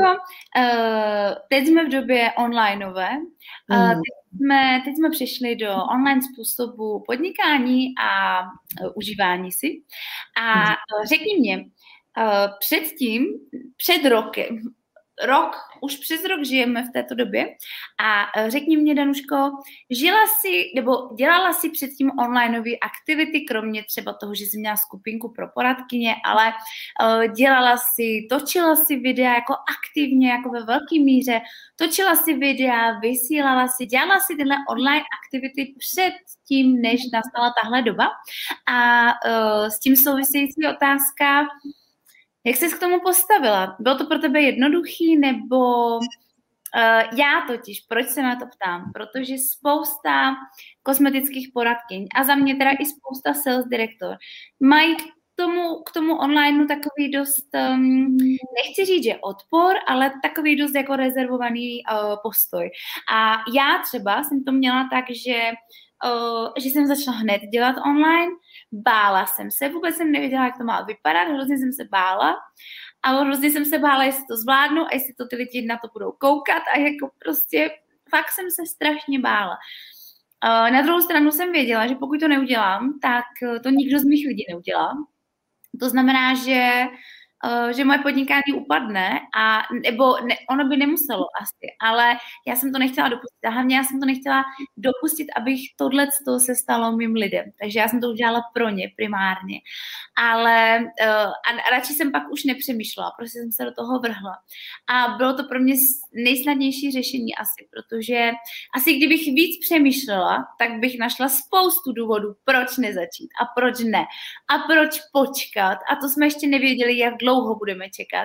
teď jsme v době onlineové. Teď jsme, teď jsme přišli do online způsobu podnikání a užívání si. A řekni mě, Uh, předtím, před rokem, rok, už přes rok žijeme v této době a uh, řekni mě, Danuško, žila jsi, nebo dělala jsi předtím onlineové aktivity, kromě třeba toho, že jsi měla skupinku pro poradkyně, ale uh, dělala si, točila si videa jako aktivně, jako ve velké míře, točila si videa, vysílala si, dělala si tyhle online aktivity před tím, než nastala tahle doba a uh, s tím související otázka, jak jsi k tomu postavila? Bylo to pro tebe jednoduchý, nebo uh, já totiž, proč se na to ptám? Protože spousta kosmetických poradkyň a za mě teda i spousta sales direktor mají k tomu, k tomu onlineu takový dost, um, nechci říct, že odpor, ale takový dost jako rezervovaný uh, postoj. A já třeba jsem to měla tak, že Uh, že jsem začala hned dělat online, bála jsem se, vůbec jsem nevěděla, jak to má vypadat, hrozně jsem se bála, ale hrozně jsem se bála, jestli to zvládnu a jestli to ty lidi na to budou koukat a jako prostě fakt jsem se strašně bála. Uh, na druhou stranu jsem věděla, že pokud to neudělám, tak to nikdo z mých lidí neudělá. To znamená, že Uh, že moje podnikání upadne, a, nebo ne, ono by nemuselo asi, ale já jsem to nechtěla dopustit. A hlavně já jsem to nechtěla dopustit, abych tohleto se stalo mým lidem. Takže já jsem to udělala pro ně primárně. Ale uh, a radši jsem pak už nepřemýšlela, prostě jsem se do toho vrhla. A bylo to pro mě nejsnadnější řešení asi, protože asi kdybych víc přemýšlela, tak bych našla spoustu důvodů, proč nezačít a proč ne. A proč počkat. A to jsme ještě nevěděli, jak dlouho budeme čekat.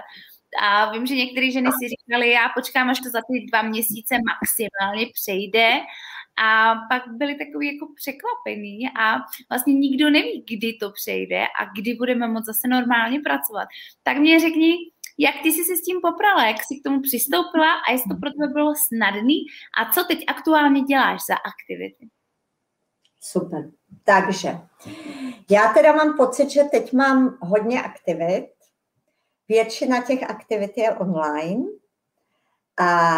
A vím, že některé ženy si říkaly, já počkám, až to za ty dva měsíce maximálně přejde. A pak byli takový jako překvapený a vlastně nikdo neví, kdy to přejde a kdy budeme moct zase normálně pracovat. Tak mě řekni, jak ty jsi se s tím poprala, jak jsi k tomu přistoupila a jestli to pro tebe bylo snadný a co teď aktuálně děláš za aktivity? Super. Takže já teda mám pocit, že teď mám hodně aktivit. Většina těch aktivit je online a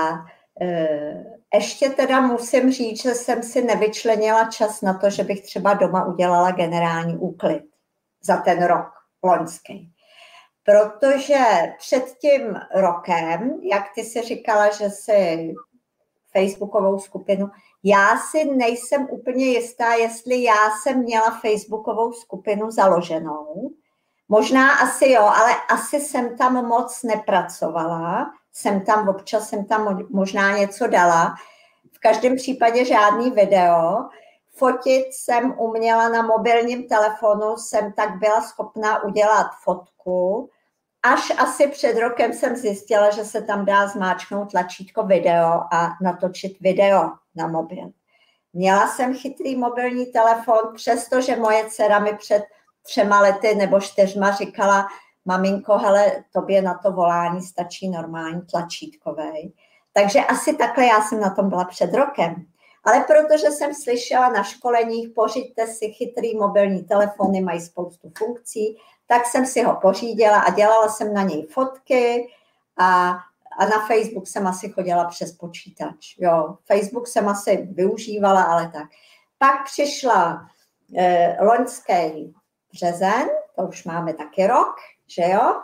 e, ještě teda musím říct, že jsem si nevyčlenila čas na to, že bych třeba doma udělala generální úklid za ten rok loňský. Protože před tím rokem, jak ty si říkala, že si facebookovou skupinu, já si nejsem úplně jistá, jestli já jsem měla facebookovou skupinu založenou. Možná asi jo, ale asi jsem tam moc nepracovala. Jsem tam občas, jsem tam možná něco dala. V každém případě žádný video. Fotit jsem uměla na mobilním telefonu, jsem tak byla schopná udělat fotku. Až asi před rokem jsem zjistila, že se tam dá zmáčknout tlačítko video a natočit video na mobil. Měla jsem chytrý mobilní telefon, přestože moje dcera mi před třema lety nebo čtyřma říkala, maminko, hele, tobě na to volání stačí normální tlačítkovej. Takže asi takhle já jsem na tom byla před rokem. Ale protože jsem slyšela na školeních, pořiďte si chytrý mobilní telefony, mají spoustu funkcí, tak jsem si ho pořídila a dělala jsem na něj fotky a, a na Facebook jsem asi chodila přes počítač. Jo, Facebook jsem asi využívala, ale tak. Pak přišla eh, loňský březen, to už máme taky rok, že jo?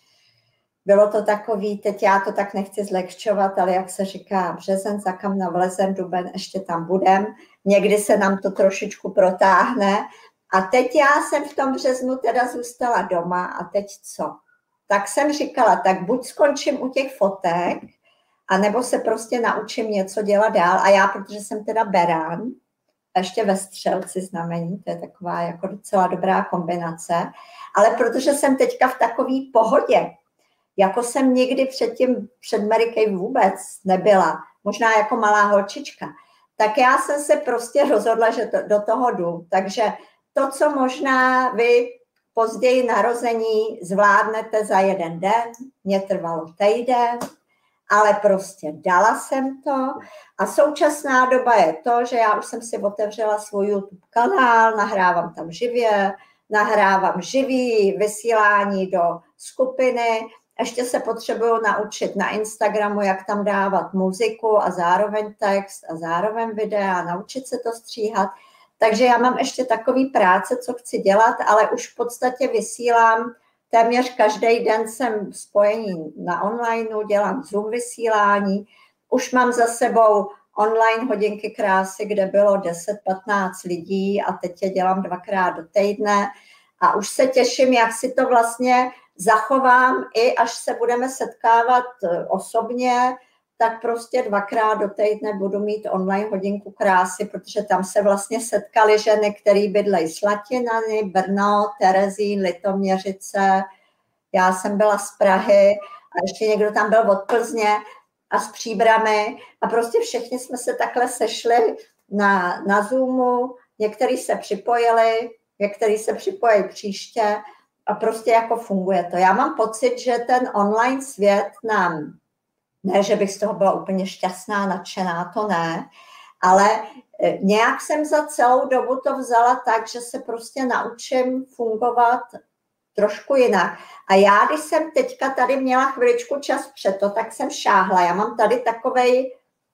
Bylo to takový, teď já to tak nechci zlehčovat, ale jak se říká, březen, za kam navlezem, duben, ještě tam budem. Někdy se nám to trošičku protáhne. A teď já jsem v tom březnu teda zůstala doma a teď co? Tak jsem říkala, tak buď skončím u těch fotek, anebo se prostě naučím něco dělat dál. A já, protože jsem teda berán, a ještě ve střelci znamení, to je taková jako docela dobrá kombinace, ale protože jsem teďka v takové pohodě, jako jsem nikdy předtím před Mary vůbec nebyla, možná jako malá holčička, tak já jsem se prostě rozhodla, že to, do toho jdu. Takže to, co možná vy později narození zvládnete za jeden den, mě trvalo týden, ale prostě dala jsem to. A současná doba je to, že já už jsem si otevřela svůj YouTube kanál, nahrávám tam živě, nahrávám živý vysílání do skupiny. Ještě se potřebuju naučit na Instagramu, jak tam dávat muziku a zároveň text a zároveň videa, naučit se to stříhat. Takže já mám ještě takový práce, co chci dělat, ale už v podstatě vysílám téměř každý den, jsem spojení na online, dělám Zoom vysílání. Už mám za sebou online hodinky krásy, kde bylo deset patnáct lidí a teď je dělám dvakrát do týdne. A už se těším, jak si to vlastně zachovám, i až se budeme setkávat osobně, tak prostě dvakrát do týdne budu mít online hodinku krásy, protože tam se vlastně setkaly ženy, které bydlejí Slatinany, Brno, Terezín, Litoměřice. Já jsem byla z Prahy a ještě někdo tam byl od Plzně a z Příbramy a prostě všichni jsme se takhle sešli na, na Zoomu, někteří se připojili, někteří se připojí příště a prostě jako funguje to. Já mám pocit, že ten online svět nám, ne, že bych z toho byla úplně šťastná, nadšená, to ne, ale nějak jsem za celou dobu to vzala tak, že se prostě naučím fungovat trošku jinak. A já, když jsem teďka tady měla chviličku čas před to, tak jsem šáhla. Já mám tady takovej,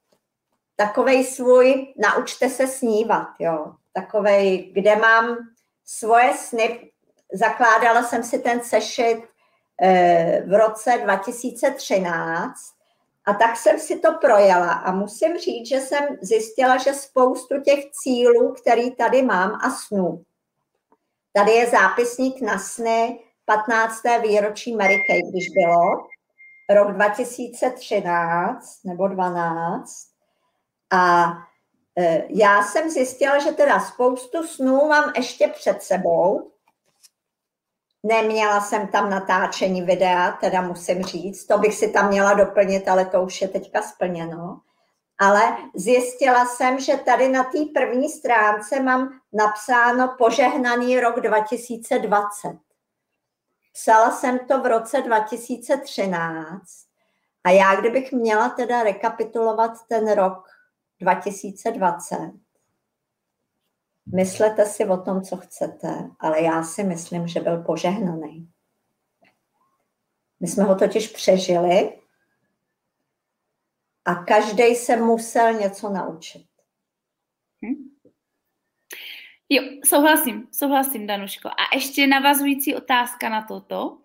takovej svůj, naučte se snívat, jo. Takovej, kde mám svoje sny. Zakládala jsem si ten sešit v roce dva tisíce třináct a tak jsem si to projela a musím říct, že jsem zjistila, že spoustu těch cílů, který tady mám a snů. Tady je zápisník na sny, patnácté výročí Mary Kay, když bylo, rok dva tisíce třináct nebo dvanáct. A e, já jsem zjistila, že teda spoustu snů mám ještě před sebou, Neměla jsem tam natáčení videa, teda musím říct, to bych si tam měla doplnit, ale to už je teďka splněno. Ale zjistila jsem, že tady na té první stránce mám napsáno požehnaný rok dva tisíce dvacet. Psala jsem to v roce dva tisíce třináct a já, kdybych měla teda rekapitulovat ten rok dva tisíce dvacet, myslete si o tom, co chcete, ale já si myslím, že byl požehnaný. My jsme ho totiž přežili a každý se musel něco naučit. Hm? Jo, souhlasím, souhlasím, Danuško. A ještě navazující otázka na toto.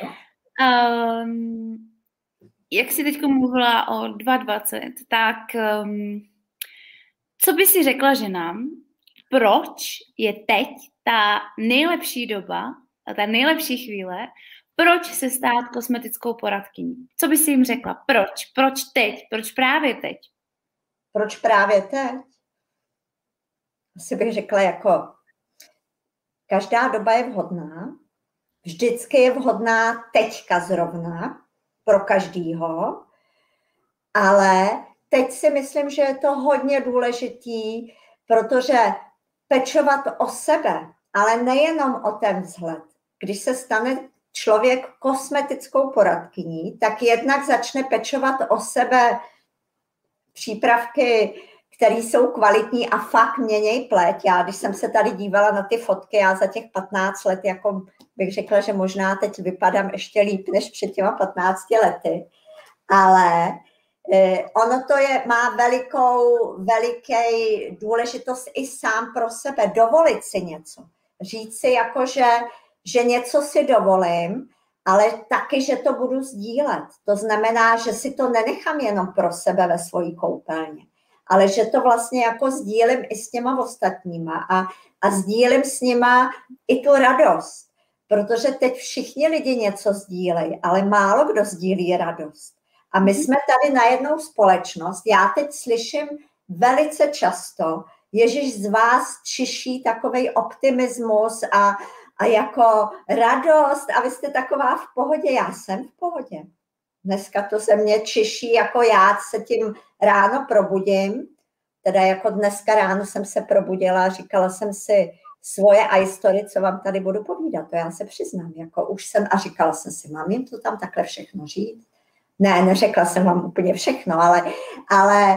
Um, jak jsi teď mluvila o dva tisíce dvacet, tak um, co by si řekla ženám, proč je teď ta nejlepší doba, ta nejlepší chvíle, proč se stát kosmetickou poradkyní? Co by si jim řekla? Proč? Proč teď? Proč právě teď? Proč právě teď? Asi bych řekla jako, každá doba je vhodná, vždycky je vhodná teďka zrovna pro každýho, ale teď si myslím, že je to hodně důležitý, protože pečovat o sebe, ale nejenom o ten vzhled. Když se stane člověk kosmetickou poradkyní, tak jednak začne pečovat o sebe přípravky, které jsou kvalitní a fakt měněj pleť. Já, když jsem se tady dívala na ty fotky, já za těch patnáct let, jako bych řekla, že možná teď vypadám ještě líp než před těma patnácti lety, ale eh, ono to je, má velikou, veliký důležitost i sám pro sebe, dovolit si něco. Říct si jako, že, že něco si dovolím, ale taky, že to budu sdílet. To znamená, že si to nenechám jenom pro sebe ve svojí koupelně, ale že to vlastně jako sdílím i s těma ostatníma a, a sdílím s nima i tu radost, protože teď všichni lidi něco sdílejí, ale málo kdo sdílí radost. A my jsme tady na jednou společnost, já teď slyším velice často, Ježíš z vás čiší takovej optimismus a, a jako radost a vy jste taková v pohodě, já jsem v pohodě. Dneska to se mě čiší, jako já se tím ráno probudím, teda jako dneska ráno jsem se probudila, říkala jsem si svoje iStory, co vám tady budu povídat, to já se přiznám, jako už jsem a říkala jsem si, mám jim to tam takhle všechno říct? Ne, neřekla jsem vám úplně všechno, ale, ale,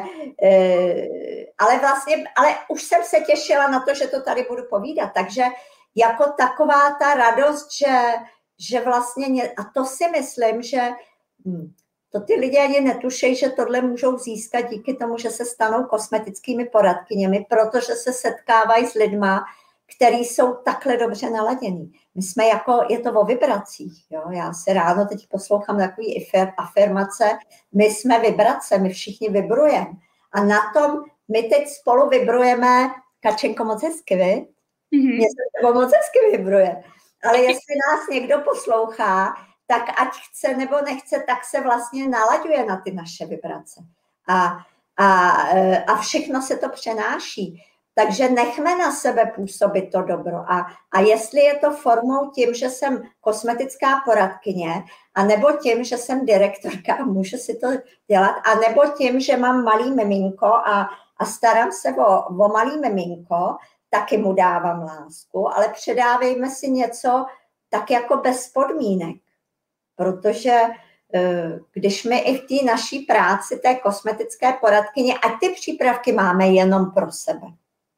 ale vlastně, ale už jsem se těšila na to, že to tady budu povídat, takže jako taková ta radost, že, že vlastně, a to si myslím, že Hmm. To ty lidé ani netušejí, že tohle můžou získat díky tomu, že se stanou kosmetickými poradkyněmi, protože se setkávají s lidma, kteří jsou takhle dobře naladění. My jsme jako, je to o vibracích. Jo? Já se ráno teď poslouchám takový afirmace, my jsme vibrace, my všichni vibrujeme. A na tom my teď spolu vibrujeme, Kačenko, moc hezky, vy? Mm-hmm. Mně se to moc hezky vibruje. Ale jestli nás někdo poslouchá, tak ať chce nebo nechce, tak se vlastně nalaďuje na ty naše vibrace. A, a, a všechno se to přenáší. Takže nechme na sebe působit to dobro. A, a jestli je to formou tím, že jsem kosmetická poradkyně, a nebo tím, že jsem direktorka a můžu si to dělat, a nebo tím, že mám malý miminko a, a starám se o, o malý miminko, taky mu dávám lásku, ale předávejme si něco tak jako bez podmínek. Protože když my i v té naší práci, té kosmetické poradkyně, ať ty přípravky máme jenom pro sebe,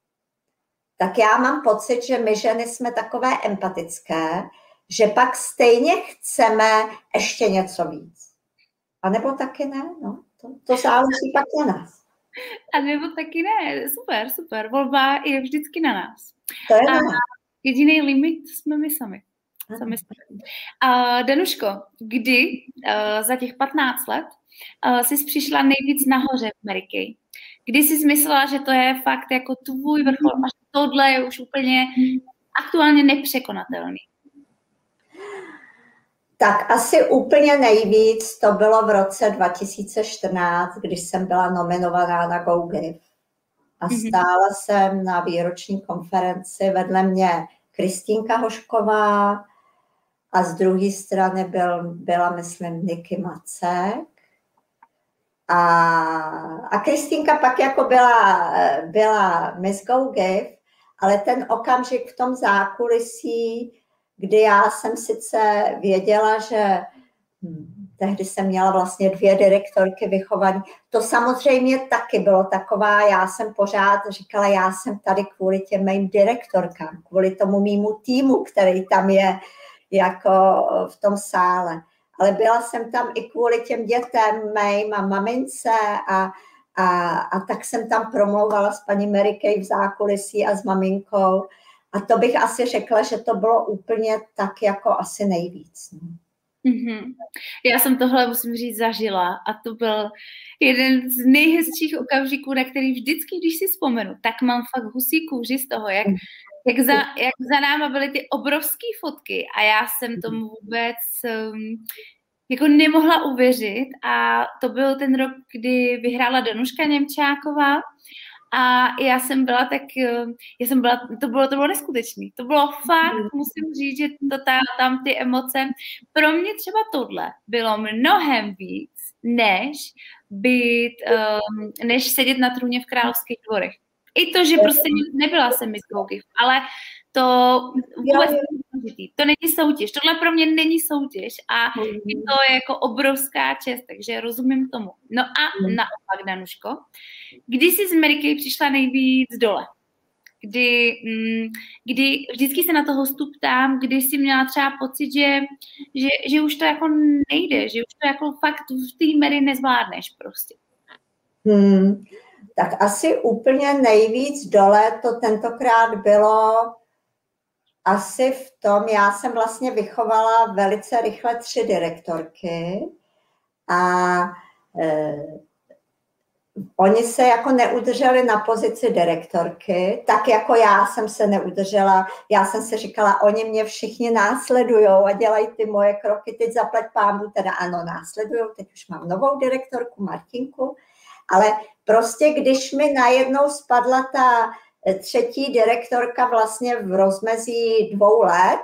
tak já mám pocit, že my ženy jsme takové empatické, že pak stejně chceme ještě něco víc. A nebo taky ne, no, to, to záleží pak na nás. A nebo taky ne, super, super, volba je vždycky na nás. To je A na nás. jediný limit jsme my sami. Uh, Danuško, kdy uh, za těch patnáct let uh, jsi přišla nejvíc nahoře v Mary-Kay? Kdy jsi myslela, že to je fakt jako tvůj vrchol a že tohle je už úplně aktuálně nepřekonatelný? Tak asi úplně nejvíc to bylo v roce dva tisíce čtrnáct, když jsem byla nominovaná na GoGive. A stála jsem na výroční konferenci vedle mě Kristýnka Hošková, a z druhé strany byl, byla, myslím, Niky Macek. A, a Kristýnka pak jako byla, byla Miss Go Give, ale ten okamžik v tom zákulisí, kdy já jsem sice věděla, že hm, tehdy jsem měla vlastně dvě direktorky vychovaní, to samozřejmě taky bylo taková, já jsem pořád říkala, já jsem tady kvůli těm mým direktorkám, kvůli tomu mýmu týmu, který tam je jako v tom sále. Ale byla jsem tam i kvůli těm dětem mým a mamince a, a, a tak jsem tam promlouvala s paní Mary Kay v zákulisí a s maminkou. A to bych asi řekla, že to bylo úplně tak jako asi nejvíc. Mm-hmm. Já jsem tohle, musím říct, zažila a to byl jeden z nejhezčích okamžiků, na který vždycky, když si vzpomenu, tak mám fakt husí kůži z toho, jak, jak, za, jak za náma byly ty obrovské fotky a já jsem tomu vůbec um, jako nemohla uvěřit a to byl ten rok, kdy vyhrála Danuška Němčáková a já jsem byla tak, já jsem byla, to bylo, to bylo neskutečný. To bylo fakt, musím říct, že to ta, tam ty emoce, pro mě třeba tohle bylo mnohem víc, než být, um, než sedět na trůně v Královských dvorech. I to, že prostě nebyla jsem Miss Go Give, ale to vůbec není důležitý. To není soutěž. Tohle pro mě není soutěž a to je jako obrovská čest, takže rozumím tomu. No a naopak, Danuško, kdy jsi z Mary Kay přišla nejvíc dole? Kdy, kdy vždycky se na toho stup ptám, kdy jsi měla třeba pocit, že, že, že už to jako nejde, že už to jako fakt v té Mary nezvládneš prostě. Hmm. Tak asi úplně nejvíc dole to tentokrát bylo asi v tom, já jsem vlastně vychovala velice rychle tři direktorky a e, oni se jako neudrželi na pozici direktorky, tak jako já jsem se neudržela, já jsem si říkala, oni mě všichni následujou a dělají ty moje kroky, teď zaplať pánbůh, teda ano, následujou, teď už mám novou direktorku Martinku, ale prostě když mi najednou spadla ta třetí direktorka vlastně v rozmezí dvou let,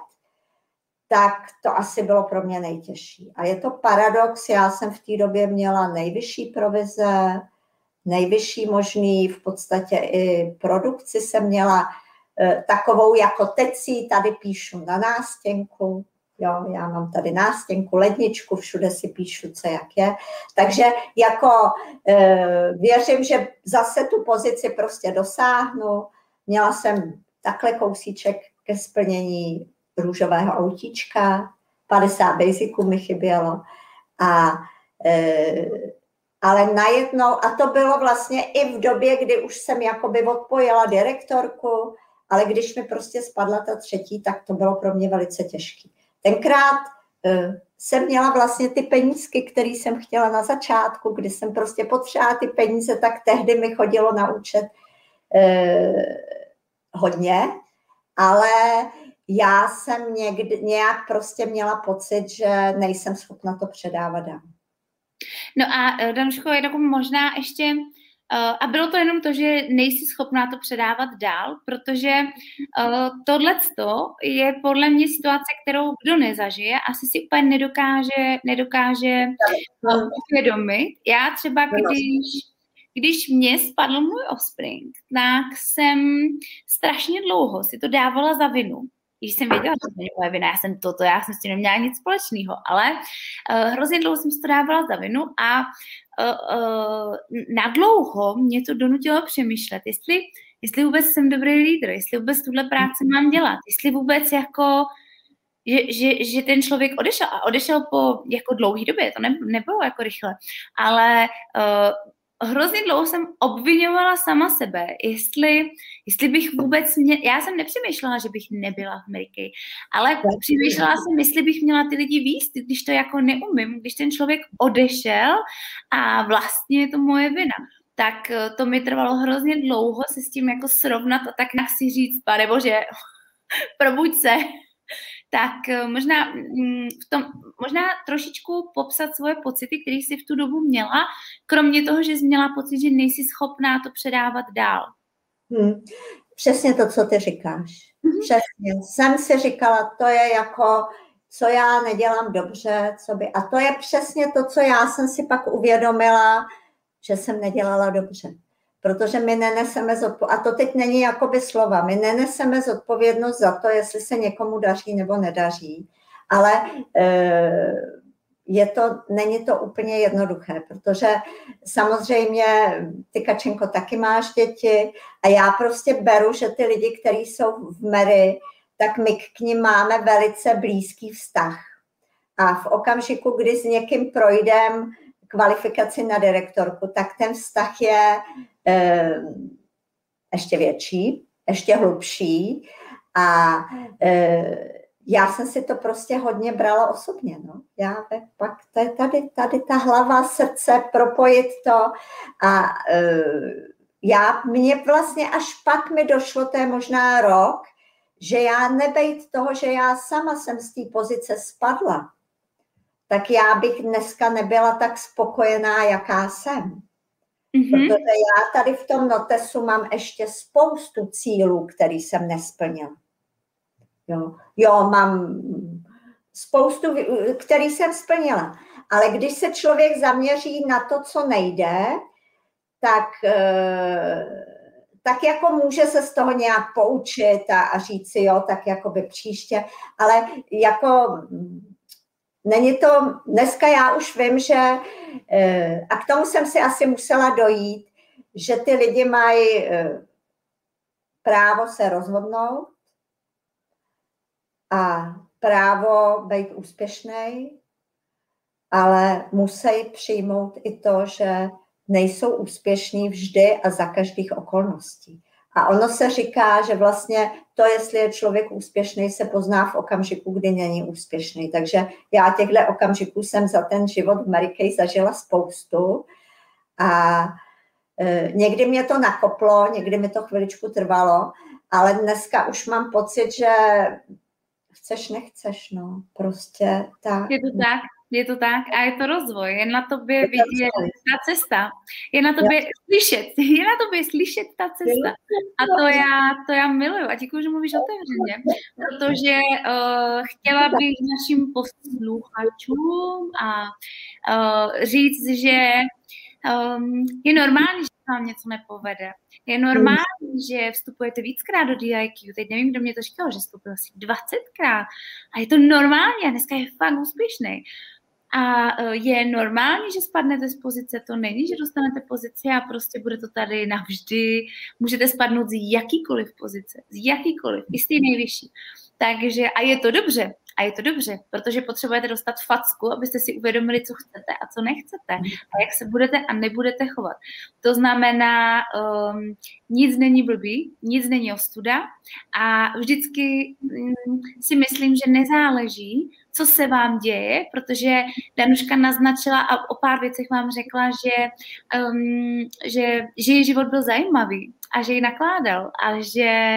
tak to asi bylo pro mě nejtěžší. A je to paradox, já jsem v té době měla nejvyšší provize, nejvyšší možný, v podstatě i produkci jsem měla e, takovou, jako teď si tady píšu na nástěnku, jo, já mám tady nástěnku, ledničku, všude si píšu, co jak je. Takže jako e, věřím, že zase tu pozici prostě dosáhnu. Měla jsem takhle kousíček ke splnění růžového autíčka, padesát basiců mi chybělo. A, e, ale najednou, a to bylo vlastně i v době, kdy už jsem jakoby odpojila direktorku, ale když mi prostě spadla ta třetí, tak to bylo pro mě velice těžké. Tenkrát uh, jsem měla vlastně ty penízky, které jsem chtěla na začátku, kdy jsem prostě potřebovala ty peníze, tak tehdy mi chodilo na účet uh, hodně, ale já jsem někdy, nějak prostě měla pocit, že nejsem schopna to předávat dál. No a Danuško, jako možná ještě, uh, a bylo to jenom to, že nejsi schopná to předávat dál, protože uh, tohleto je podle mě situace, kterou kdo nezažije, asi si úplně nedokáže, nedokáže uh, uvědomit. Já třeba, když, když mě spadl můj offspring, tak jsem strašně dlouho si to dávala za vinu. Když jsem věděla, že to není moje vina, já jsem toto, já jsem s tím neměla nic společného, ale uh, hrozně dlouho jsem si to dávala za vinu a uh, uh, nadlouho mě to donutilo přemýšlet, jestli, jestli vůbec jsem dobrý lídr, jestli vůbec tuhle práci mám dělat, jestli vůbec jako, že, že, že ten člověk odešel a odešel po jako dlouhé době, to ne, nebylo jako rychle, ale uh, hrozně dlouho jsem obvinovala sama sebe, jestli, jestli bych vůbec mě, já jsem nepřemýšlela, že bych nebyla v Mary Kay, ale přemýšlela jsem, jestli bych měla ty lidi víc, když to jako neumím, když ten člověk odešel a vlastně je to moje vina. Tak to mi trvalo hrozně dlouho se s tím jako srovnat a tak nějak si říct, pane bože, probuď se. Tak možná, v tom, možná trošičku popsat svoje pocity, které jsi v tu dobu měla, kromě toho, že jsi měla pocit, že nejsi schopná to předávat dál. Hmm. Přesně to, co ty říkáš. Mm-hmm. Přesně. Jsem si říkala, to je jako co já nedělám dobře, co by... A to je přesně to, co já jsem si pak uvědomila, že jsem nedělala dobře. Protože my neneseme zodpovědnost, a to teď není jakoby slova, my neneseme zodpovědnost za to, jestli se někomu daří nebo nedaří, ale e, je to, není to úplně jednoduché, protože samozřejmě ty, Kačenko, taky máš děti a já prostě beru, že ty lidi, kteří jsou v Mary, tak my k nim máme velice blízký vztah. A v okamžiku, kdy s někým projdem kvalifikaci na direktorku, tak ten vztah je e, ještě větší, ještě hlubší a e, já jsem si to prostě hodně brala osobně. No. Já pak to je tady, tady ta hlava, srdce, propojit to a e, já, mě vlastně až pak mi došlo, to je možná rok, že já nebejt toho, že já sama jsem z té pozice spadla, tak já bych dneska nebyla tak spokojená, jaká jsem. Mm-hmm. Protože já tady v tom notesu mám ještě spoustu cílů, který jsem nesplnila. Jo, jo, mám spoustu, který jsem splnila. Ale když se člověk zaměří na to, co nejde, tak, tak jako může se z toho nějak poučit a, a říct si, jo, tak jako by příště. Ale jako není to, dneska já už vím, že, a k tomu jsem si asi musela dojít, že ty lidi mají právo se rozhodnout a právo být úspěšný, ale musí přijmout i to, že nejsou úspěšní vždy a za každých okolností. A ono se říká, že vlastně to, jestli je člověk úspěšný, se pozná v okamžiku, kdy není úspěšný. Takže já těchto okamžiků jsem za ten život v Mary Kay zažila spoustu a e, někdy mě to nakoplo, někdy mi to chviličku trvalo, ale dneska už mám pocit, že chceš, nechceš, no, prostě tak. Je to tak, je to tak a je to rozvoj, je na tobě je vidět ta cesta, je na tobě ja. slyšet, je na tobě slyšet ta cesta a to já, to já miluju a děkuji, že mluvíš otevřeně, protože uh, chtěla bych našim posluchačům a uh, říct, že um, je normální, že vám něco nepovede. Je normální, že vstupujete víckrát do D I Q. Teď nevím, kdo mě to říkal, že vstupil asi dvacetkrát. A je to normální a dneska je fakt úspěšný. A je normální, že spadnete z pozice. To není, že dostanete pozici a prostě bude to tady navždy. Můžete spadnout z jakýkoliv pozice. Z jakýkoliv. I z té nejvyšší. Takže a je to dobře. A je to dobře, protože potřebujete dostat facku, abyste si uvědomili, co chcete a co nechcete a jak se budete a nebudete chovat. To znamená, um, nic není blbý, nic není ostuda a vždycky um, si myslím, že nezáleží, co se vám děje, protože Danuška naznačila a o pár věcech vám řekla, že, um, že, že její život byl zajímavý a že ji nakládal a že,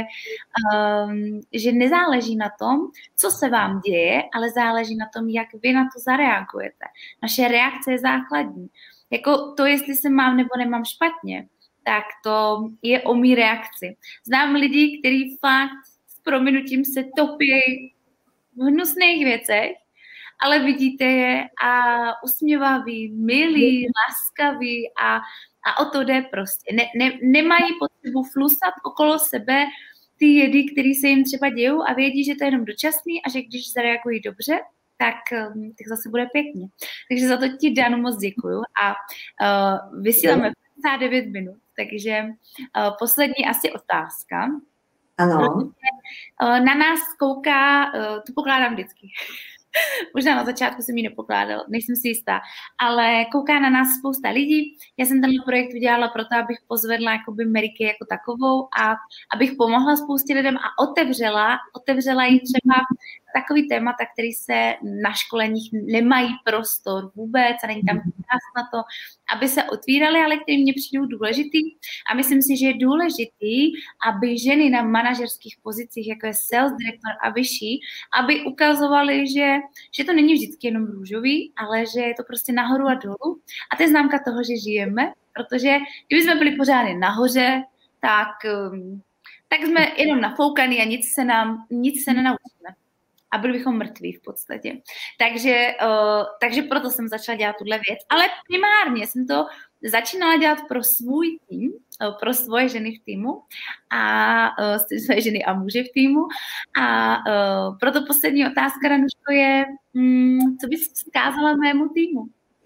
um, že nezáleží na tom, co se vám děje, ale záleží na tom, jak vy na to zareagujete. Naše reakce je základní. Jako to, jestli se mám nebo nemám špatně, tak to je o mý reakci. Znám lidi, kteří fakt s prominutím se topí v hnusných věcech, ale vidíte je a usměvaví, milí, laskaví a, a o to jde prostě. Ne, ne, nemají potřebu flusat okolo sebe ty jedy, které se jim třeba dějou a vědí, že to je jenom dočasný a že když zareagují dobře, tak, tak zase bude pěkně. Takže za to ti, Danu, moc děkuju a uh, vysíláme padesát devět minut, takže uh, poslední asi otázka. Ano. Uh, na nás kouká, uh, tu pokládám vždycky. Možná na začátku jsem ji nepokládala, nejsem si jistá, ale kouká na nás spousta lidí. Já jsem ten projekt udělala proto, abych pozvedla jakoby Mary Kay jako takovou a abych pomohla spoustě lidem a otevřela, otevřela jí třeba takový témata, který se na školeních nemají prostor vůbec a není tam čas na to, aby se otvíraly, ale který mě přijdou důležitý. A myslím si, že je důležitý, aby ženy na manažerských pozicích, jako je sales director a vyšší, aby ukazovaly, že, že to není vždycky jenom růžový, ale že je to prostě nahoru a dolů. A to je známka toho, že žijeme, protože kdyby jsme byli pořádně nahoře, tak, tak jsme jenom nafoukaný a nic se nám, nic se nenaučíme. a byli bychom mrtví v podstatě. Takže, uh, takže proto jsem začala dělat tuhle věc. Ale primárně jsem to začínala dělat pro svůj tým, uh, pro svoje ženy v týmu a uh, svoje ženy a muže v týmu. A uh, proto poslední otázka, Danuško, je, um, co bys vzkázala mému týmu?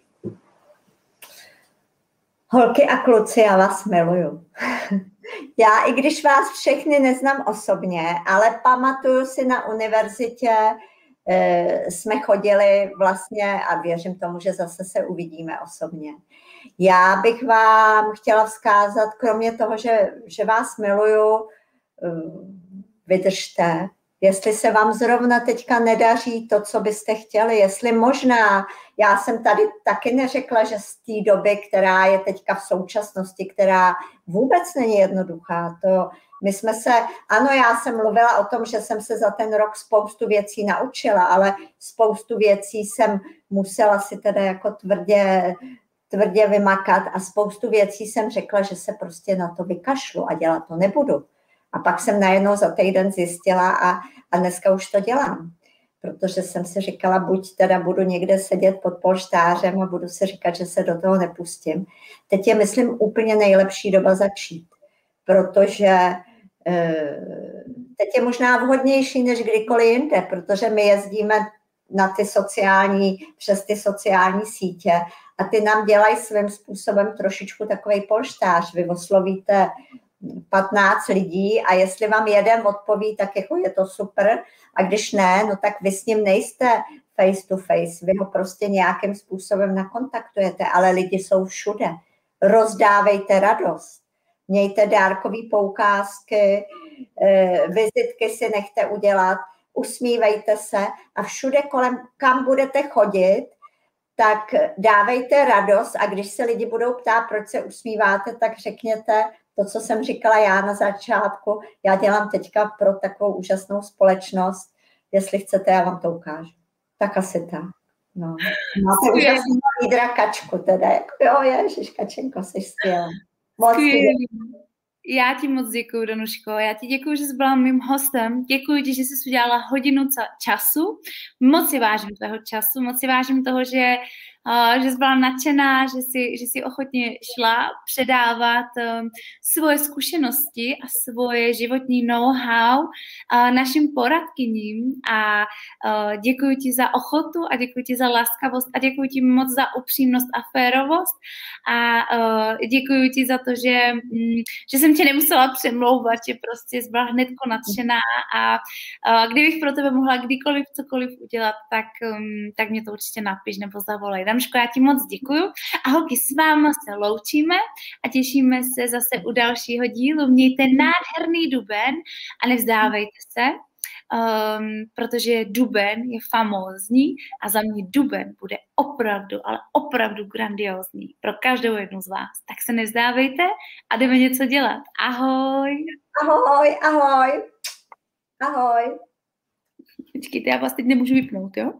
Holky a kluci, já vás miluju. Já, i když vás všechny neznám osobně, ale pamatuju si na univerzitě, e, jsme chodili vlastně a věřím tomu, že zase se uvidíme osobně. Já bych vám chtěla vzkázat, kromě toho, že, že vás miluju, vydržte. Jestli se vám zrovna teďka nedaří to, co byste chtěli, jestli možná, já jsem tady taky neřekla, že z té doby, která je teďka v současnosti, která vůbec není jednoduchá, to my jsme se, ano, já jsem mluvila o tom, že jsem se za ten rok spoustu věcí naučila, ale spoustu věcí jsem musela si teda jako tvrdě, tvrdě vymakat a spoustu věcí jsem řekla, že se prostě na to vykašlu a dělat to nebudu. A pak jsem najednou za týden zjistila a, a dneska už to dělám. Protože jsem si říkala, buď teda budu někde sedět pod polštářem a budu si říkat, že se do toho nepustím. Teď je, myslím, úplně nejlepší doba začít. Protože teď je možná vhodnější než kdykoliv jinde, protože my jezdíme na ty sociální, přes ty sociální sítě a ty nám dělají svým způsobem trošičku takovej polštář. Vy oslovíte patnáct lidí a jestli vám jeden odpoví, tak jako je to super a když ne, no tak vy s ním nejste face to face, vy ho prostě nějakým způsobem nakontaktujete, ale lidi jsou všude. Rozdávejte radost, mějte dárkový poukázky, vizitky si nechte udělat, usmívejte se a všude kolem, kam budete chodit, tak dávejte radost a když se lidi budou ptát, proč se usmíváte, tak řekněte to, co jsem říkala já na začátku. Já dělám teďka pro takovou úžasnou společnost. Jestli chcete, já vám to ukážu. Tak asi tak. No. Máte úžasnou lídra Kačku teda. Jo, ježiš, Kačenko, jsi skvělá. Moc Já ti moc děkuju, Danuško. Já ti děkuju, že jsi byla mým hostem. Děkuji ti, že jsi udělala hodinu času. Moc si vážím tvého času, moc si vážím toho, že, uh, že jsi byla nadšená, že jsi, že jsi ochotně šla předávat um, svoje zkušenosti a svoje životní know-how uh, našim poradkyním. A uh, děkuji ti za ochotu a děkuji ti za laskavost a děkuji ti moc za upřímnost a férovost. A uh, děkuji ti za to, že, um, že jsem tě nemusela přemlouvat, že prostě jsi byla hnedko nadšená a uh, kdybych pro tebe mohla kdykoliv cokoliv udělat, tak, um, tak mě to určitě napiš nebo zavolej. Danuško, já ti moc děkuju a holky, s váma se loučíme a těšíme se zase u dalšího dílu. Mějte nádherný duben a nevzdávejte se, um, protože duben je famózní a za mě duben bude opravdu, ale opravdu grandiózní pro každou jednu z vás. Tak se nevzdávejte a jdeme něco dělat. Ahoj. Ahoj, ahoj. Ahoj. Počkejte, já vás teď nemůžu vypnout, jo?